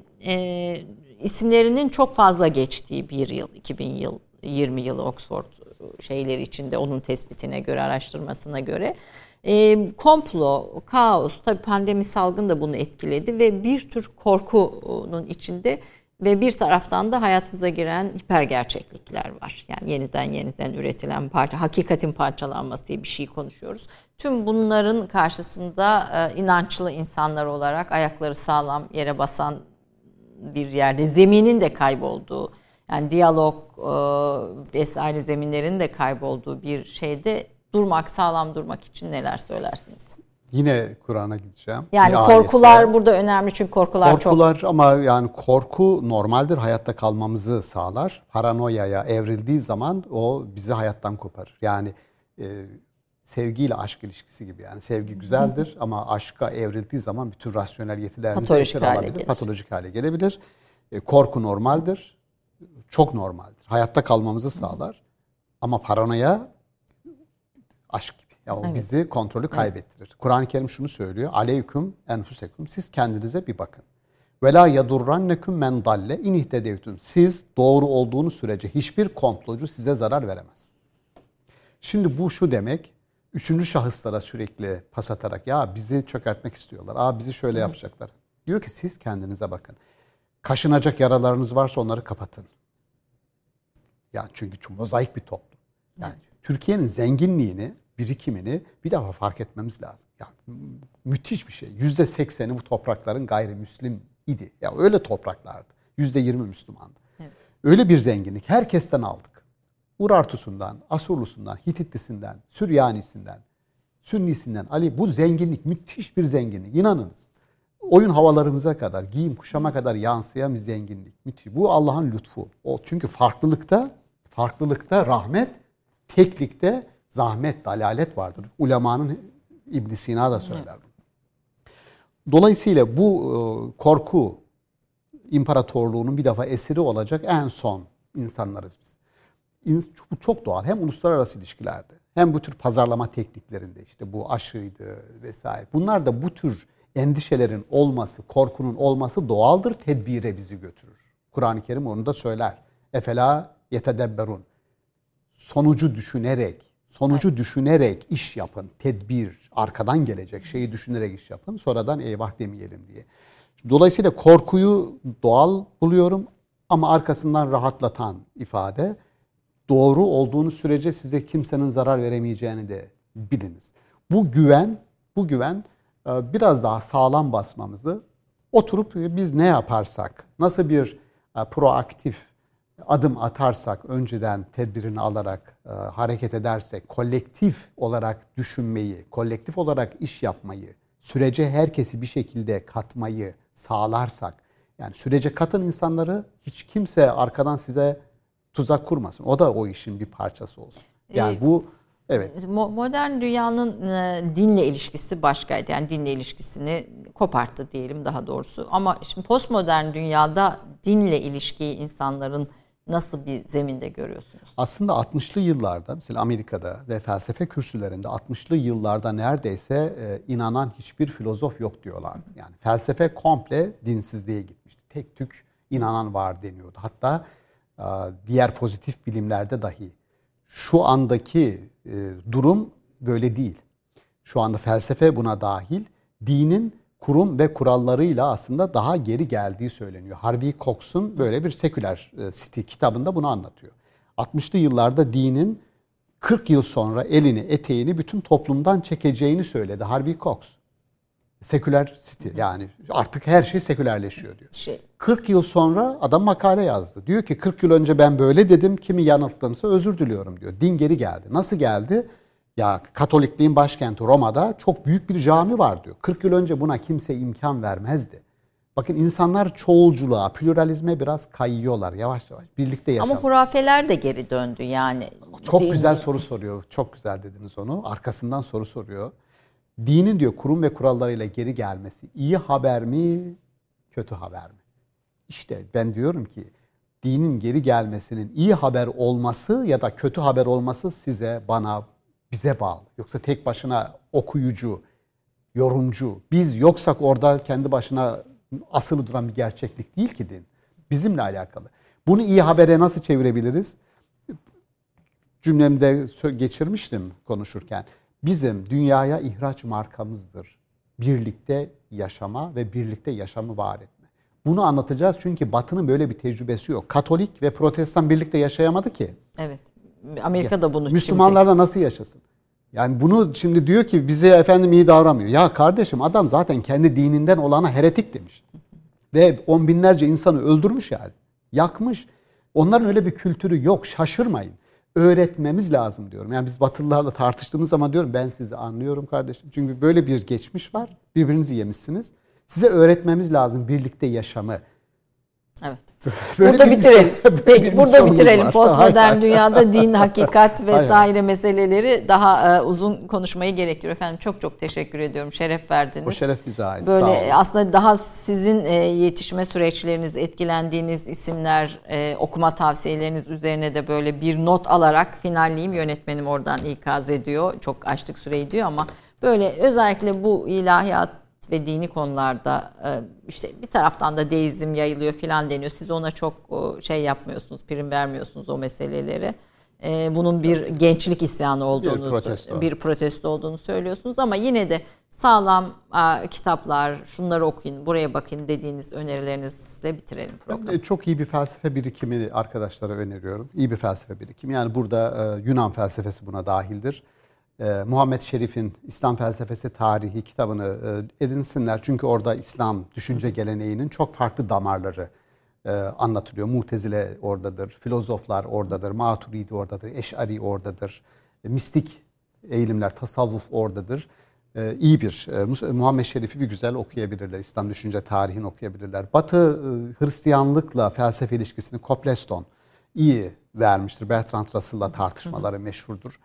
Speaker 1: isimlerinin çok fazla geçtiği bir yıl. 2020 yılı Oxford şeyleri içinde onun tespitine göre, araştırmasına göre. Komplo, kaos, tabii pandemi salgın da bunu etkiledi ve bir tür korkunun içinde ve bir taraftan da hayatımıza giren hipergerçeklikler var. Yani yeniden üretilen hakikatin parçalanması diye bir şey konuşuyoruz. Tüm bunların karşısında inançlı insanlar olarak ayakları sağlam yere basan bir yerde zeminin de kaybolduğu, yani diyalog vesaire zeminlerin de kaybolduğu bir şeyde sağlam durmak için neler söylersiniz?
Speaker 2: Yine Kur'an'a gideceğim.
Speaker 1: Yani korkular burada önemli çünkü korkular çok.
Speaker 2: Ama yani korku normaldir. Hayatta kalmamızı sağlar. Paranoyaya evrildiği zaman o bizi hayattan koparır. Yani sevgiyle aşk ilişkisi gibi. Yani sevgi güzeldir ama aşka evrildiği zaman bütün rasyonel yetilerimizi esir alabilir. Patolojik hale gelebilir. Korku normaldir. Çok normaldir. Hayatta kalmamızı sağlar. Ama paranoya aşk gibi. Ya o bizi kontrolü kaybettirir. Kur'an-ı Kerim şunu söylüyor. Aleyküm enfusekum. Siz kendinize bir bakın. Ve la yadurrannekum men dalle in ihtedeytum. Siz doğru olduğunuz sürece hiçbir komplocu size zarar veremez. Şimdi bu şu demek. Üçüncü şahıslara sürekli pas atarak ya bizi çökertmek istiyorlar. Bizi şöyle yapacaklar. Diyor ki siz kendinize bakın. Kaşınacak yaralarınız varsa onları kapatın. Yani çünkü çok mozaik bir toplum. Yani Türkiye'nin zenginliğini, birikimini bir defa fark etmemiz lazım. Yani müthiş bir şey. %80'i bu toprakların gayrimüslim idi. Ya öyle topraklardı. %20 Müslümandı. Evet. Öyle bir zenginlik herkesten aldık. Urartusundan, Asurlusundan, Hititlisinden, Süryanisinden, Sünnisinden, Ali bu zenginlik müthiş bir zenginlik. İnanınız. Oyun havalarımıza kadar, giyim kuşama kadar yansıyan bir zenginlik. Müthiş. Bu Allah'ın lütfu. Çünkü farklılıkta rahmet, teklikte zahmet, dalalet vardır. Ulemanın İbn Sina da söyler bunu. Dolayısıyla bu korku imparatorluğunun bir defa esiri olacak en son insanlarız biz. Bu çok doğal. Hem uluslararası ilişkilerde hem bu tür pazarlama tekniklerinde işte bu aşıydı vesaire. Bunlar da bu tür endişelerin olması, korkunun olması doğaldır. Tedbire bizi götürür. Kur'an-ı Kerim onu da söyler. Efela yetedebberun. Sonucu düşünerek Sonucu düşünerek iş yapın. Tedbir, arkadan gelecek şeyi düşünerek iş yapın. Sonradan eyvah demeyelim diye. Dolayısıyla korkuyu doğal buluyorum ama arkasından rahatlatan ifade. Doğru olduğunuz sürece size kimsenin zarar veremeyeceğini de biliniz. Bu güven biraz daha sağlam basmamızı, oturup biz ne yaparsak, nasıl bir proaktif adım atarsak, önceden tedbirini alarak hareket edersek, kolektif olarak düşünmeyi, kolektif olarak iş yapmayı, sürece herkesi bir şekilde katmayı sağlarsak, yani sürece katın insanları, hiç kimse arkadan size tuzak kurmasın. O da o işin bir parçası olsun. Yani bu, evet.
Speaker 1: Modern dünyanın dinle ilişkisi başkaydı. Yani dinle ilişkisini koparttı diyelim daha doğrusu. Ama şimdi postmodern dünyada dinle ilişkiyi insanların nasıl bir zeminde görüyorsunuz?
Speaker 2: Aslında 60'lı yıllarda mesela Amerika'da ve felsefe kürsülerinde 60'lı yıllarda neredeyse inanan hiçbir filozof yok diyorlardı. Yani felsefe komple dinsizliğe gitmişti. Tek tük inanan var deniyordu. Hatta diğer pozitif bilimlerde dahi. Şu andaki durum böyle değil. Şu anda felsefe buna dahil. Dinin kurum ve kurallarıyla aslında daha geri geldiği söyleniyor. Harvey Cox'un böyle bir Secular City kitabında bunu anlatıyor. 60'lı yıllarda dinin 40 yıl sonra elini, eteğini bütün toplumdan çekeceğini söyledi Harvey Cox. Secular City, yani artık her şey sekülerleşiyor diyor. 40 yıl sonra adam makale yazdı. Diyor ki 40 yıl önce ben böyle dedim, kimi yanılttımsa özür diliyorum diyor. Din geri geldi. Nasıl geldi? Ya Katolikliğin başkenti Roma'da çok büyük bir cami var diyor. 40 yıl önce buna kimse imkan vermezdi. Bakın insanlar çoğulculuğa, pluralizme biraz kayıyorlar yavaş yavaş. Birlikte yaşam.
Speaker 1: Ama hurafeler de geri döndü yani.
Speaker 2: Çok güzel soru soruyor. Çok güzel dediniz onu. Arkasından soru soruyor. Dinin diyor kurum ve kurallarıyla geri gelmesi iyi haber mi, kötü haber mi? İşte ben diyorum ki dinin geri gelmesinin iyi haber olması ya da kötü haber olması size, bana, bize bağlı. Yoksa tek başına okuyucu, yorumcu, biz yoksak orada kendi başına asılı duran bir gerçeklik değil ki din. Bizimle alakalı. Bunu iyi habere nasıl çevirebiliriz? Cümlemde geçirmiştim konuşurken. Bizim dünyaya ihraç markamızdır. Birlikte yaşama ve birlikte yaşamı var etme. Bunu anlatacağız çünkü Batı'nın böyle bir tecrübesi yok. Katolik ve Protestan birlikte yaşayamadı ki.
Speaker 1: Evet. Amerika da bunu
Speaker 2: Müslümanlarla nasıl yaşasın? Yani bunu şimdi diyor ki bize efendim iyi davranmıyor. Ya kardeşim adam zaten kendi dininden olana heretik demiş. Ve on binlerce insanı öldürmüş yani. Yakmış. Onların öyle bir kültürü yok. Şaşırmayın. Öğretmemiz lazım diyorum. Yani biz Batılılarla tartıştığımız zaman diyorum ben sizi anlıyorum kardeşim. Çünkü böyle bir geçmiş var. Birbirinizi yemişsiniz. Size öğretmemiz lazım birlikte yaşamı.
Speaker 1: Evet.
Speaker 2: Burada
Speaker 1: bitirelim. Peki burada bitirelim. Postmodern dünyada din, hakikat vesaire meseleleri daha uzun konuşmayı gerektiriyor. Efendim çok çok teşekkür ediyorum. Şeref verdiniz.
Speaker 2: O şeref bize ait.
Speaker 1: Böyle aslında daha sizin yetişme süreçleriniz, etkilendiğiniz isimler, okuma tavsiyeleriniz üzerine de böyle bir not alarak finalleyeyim. Yönetmenim oradan ikaz ediyor. Çok açtık süreyi diyor ama böyle özellikle bu ilahiyat ve dini konularda işte bir taraftan da deizm yayılıyor filan deniyor. Siz ona çok şey yapmıyorsunuz, prim vermiyorsunuz o meseleleri. Bunun bir gençlik isyanı olduğunu, bir protesto olduğunu söylüyorsunuz ama yine de sağlam kitaplar, şunları okuyun, buraya bakın dediğiniz önerilerinizle bitirelim programı.
Speaker 2: Çok iyi bir felsefe birikimi arkadaşlara öneriyorum. İyi bir felsefe birikimi. Yani burada Yunan felsefesi buna dahildir. Muhammed Şerif'in İslam Felsefesi Tarihi kitabını edinsinler. Çünkü orada İslam düşünce geleneğinin çok farklı damarları anlatılıyor. Mu'tezile oradadır, filozoflar oradadır, Maturidi oradadır, Eş'ari oradadır, mistik eğilimler, tasavvuf oradadır. İyi bir Muhammed Şerif'i bir güzel okuyabilirler. İslam düşünce tarihini okuyabilirler. Batı Hristiyanlıkla felsefe ilişkisini Copleston iyi vermiştir. Bertrand Russell'la tartışmaları meşhurdur.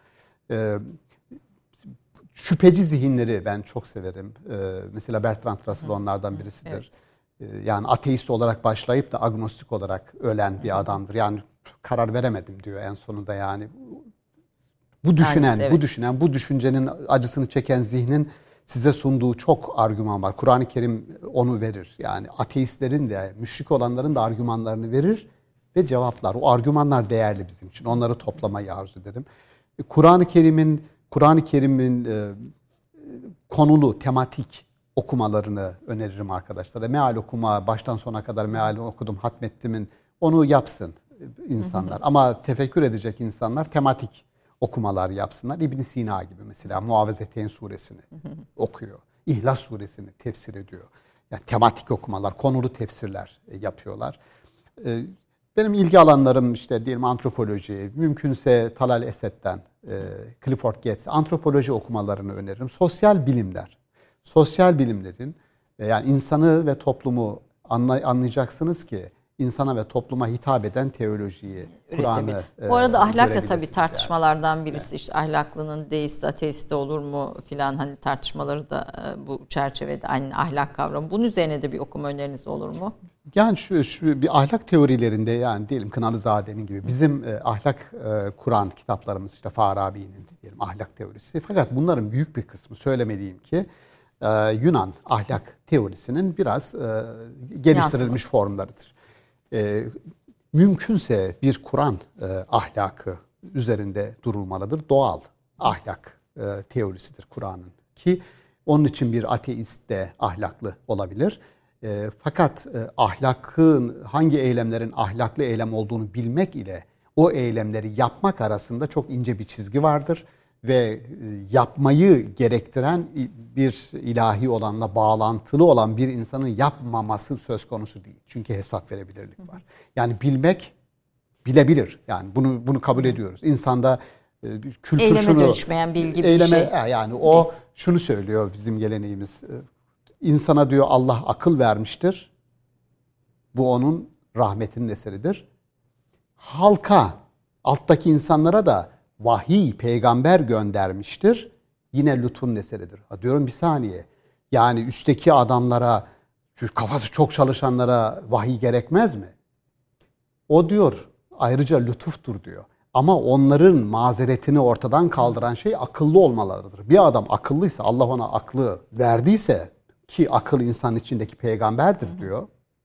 Speaker 2: Şüpheci zihinleri ben çok severim. Mesela Bertrand Russell onlardan birisidir. Evet. Yani ateist olarak başlayıp da agnostik olarak ölen bir adamdır. Yani karar veremedim diyor en sonunda yani. Bu düşünen, bu düşüncenin acısını çeken zihnin size sunduğu çok argüman var. Kur'an-ı Kerim onu verir. Yani ateistlerin de, müşrik olanların da argümanlarını verir ve cevaplar. O argümanlar değerli bizim için. Onları toplamayı arzu ederim. Kur'an-ı Kerim'in konulu, tematik okumalarını öneririm arkadaşlara. Meal okuma, baştan sona kadar meal okudum, hatmettimin, onu yapsın insanlar. Ama tefekkür edecek insanlar tematik okumalar yapsınlar. İbn Sina gibi mesela Muavvezeteyn suresini okuyor. İhlas suresini tefsir ediyor. Yani tematik okumalar, konulu tefsirler yapıyorlar. Benim ilgi alanlarım işte diyelim antropoloji, mümkünse Talal Esed'den, Clifford Geertz, antropoloji okumalarını öneririm. Sosyal bilimler, sosyal bilimlerin yani insanı ve toplumu anlayacaksınız ki insana ve topluma hitap eden teolojiyi, Kur'an'ı
Speaker 1: bu arada ahlak da tabii tartışmalardan birisi. Evet. İşte ahlaklının deist, ateist olur mu filan hani tartışmaları da bu çerçevede aynı ahlak kavramı. Bunun üzerine de bir okuma öneriniz olur mu?
Speaker 2: Yani şu bir ahlak teorilerinde yani diyelim Kınalızade'nin gibi bizim ahlak Kur'an kitaplarımız işte Farabi'nin diyelim ahlak teorisi. Fakat bunların büyük bir kısmı söylemediğim ki Yunan ahlak teorisinin biraz geliştirilmiş formlarıdır. Mümkünse bir Kur'an ahlakı üzerinde durulmalıdır. Doğal ahlak teorisidir Kur'an'ın ki onun için bir ateist de ahlaklı olabilir. Fakat ahlakın hangi eylemlerin ahlaklı eylem olduğunu bilmek ile o eylemleri yapmak arasında çok ince bir çizgi vardır. Ve yapmayı gerektiren bir ilahi olanla bağlantılı olan bir insanın yapmaması söz konusu değil. Çünkü hesap verebilirlik var. Yani bilmek bilebilir. Yani bunu kabul ediyoruz. İnsanda kültür
Speaker 1: eyleme dönüşmeyen bilgi bir şey.
Speaker 2: Yani o şunu söylüyor bizim geleneğimiz. İnsana diyor Allah akıl vermiştir. Bu onun rahmetinin eseridir. Halka, alttaki insanlara da vahiy, peygamber göndermiştir. Yine lütfun eseridir. Diyorum bir saniye. Yani üstteki adamlara, kafası çok çalışanlara vahiy gerekmez mi? O diyor ayrıca lütuftur diyor. Ama onların mazeretini ortadan kaldıran şey akıllı olmalarıdır. Bir adam akıllıysa, Allah ona aklı verdiyse ki akıl insanın içindeki peygamberdir diyor.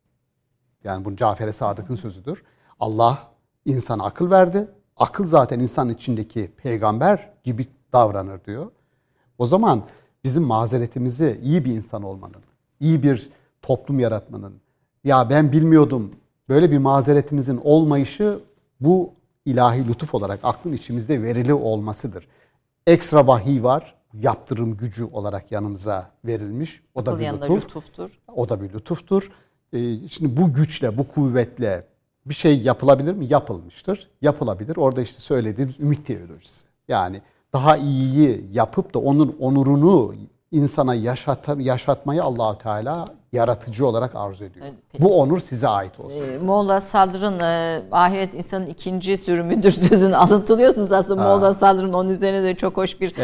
Speaker 2: Yani bu Cafer-i Sadık'ın sözüdür. Allah insana akıl verdi. Akıl zaten insanın içindeki peygamber gibi davranır diyor. O zaman bizim mazeretimizi iyi bir insan olmanın, iyi bir toplum yaratmanın, ya ben bilmiyordum böyle bir mazeretimizin olmayışı bu ilahi lütuf olarak aklın içimizde verili olmasıdır. Ekstra vahiy var, yaptırım gücü olarak yanımıza verilmiş. O da bir lütuftur. O da bir lütuftur. Şimdi bu güçle, bu kuvvetle bir şey yapılabilir mi? Yapılmıştır. Yapılabilir. Orada işte söylediğimiz ümit teolojisi. Yani daha iyiyi yapıp da onun onurunu insana yaşatmayı Allah-u Teala yaratıcı olarak arzu ediyor. Peki. Bu onur size ait olsun.
Speaker 1: Molla Sadr'ın ahiret insanın ikinci sürümüdür sözünü alıntılıyorsunuz. Aslında Molla Sadr'ın onun üzerine de çok hoş bir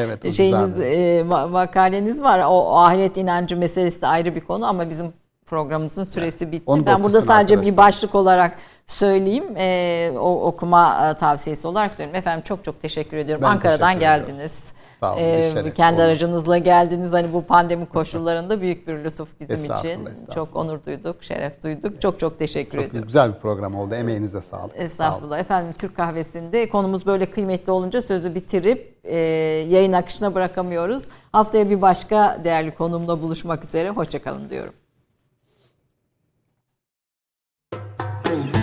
Speaker 1: makaleniz var. O ahiret inancı meselesi de ayrı bir konu ama bizim programımızın süresi bitti. Ben burada sadece bir başlık olarak söyleyeyim. O okuma tavsiyesi olarak söyleyeyim. Efendim çok teşekkür ediyorum. Ben Ankara'dan geldiniz.
Speaker 2: Sağ olun.
Speaker 1: Kendi aracınızla geldiniz. Hani bu pandemi koşullarında büyük bir lütuf bizim için. Çok onur duyduk, şeref duyduk. Çok teşekkür ediyorum. Çok
Speaker 2: güzel bir program oldu. Emeğinize sağlık.
Speaker 1: Estağfurullah. Efendim Türk Kahvesi'nde konumuz böyle kıymetli olunca sözü bitirip yayın akışına bırakamıyoruz. Haftaya bir başka değerli konumla buluşmak üzere. Hoşça kalın diyorum.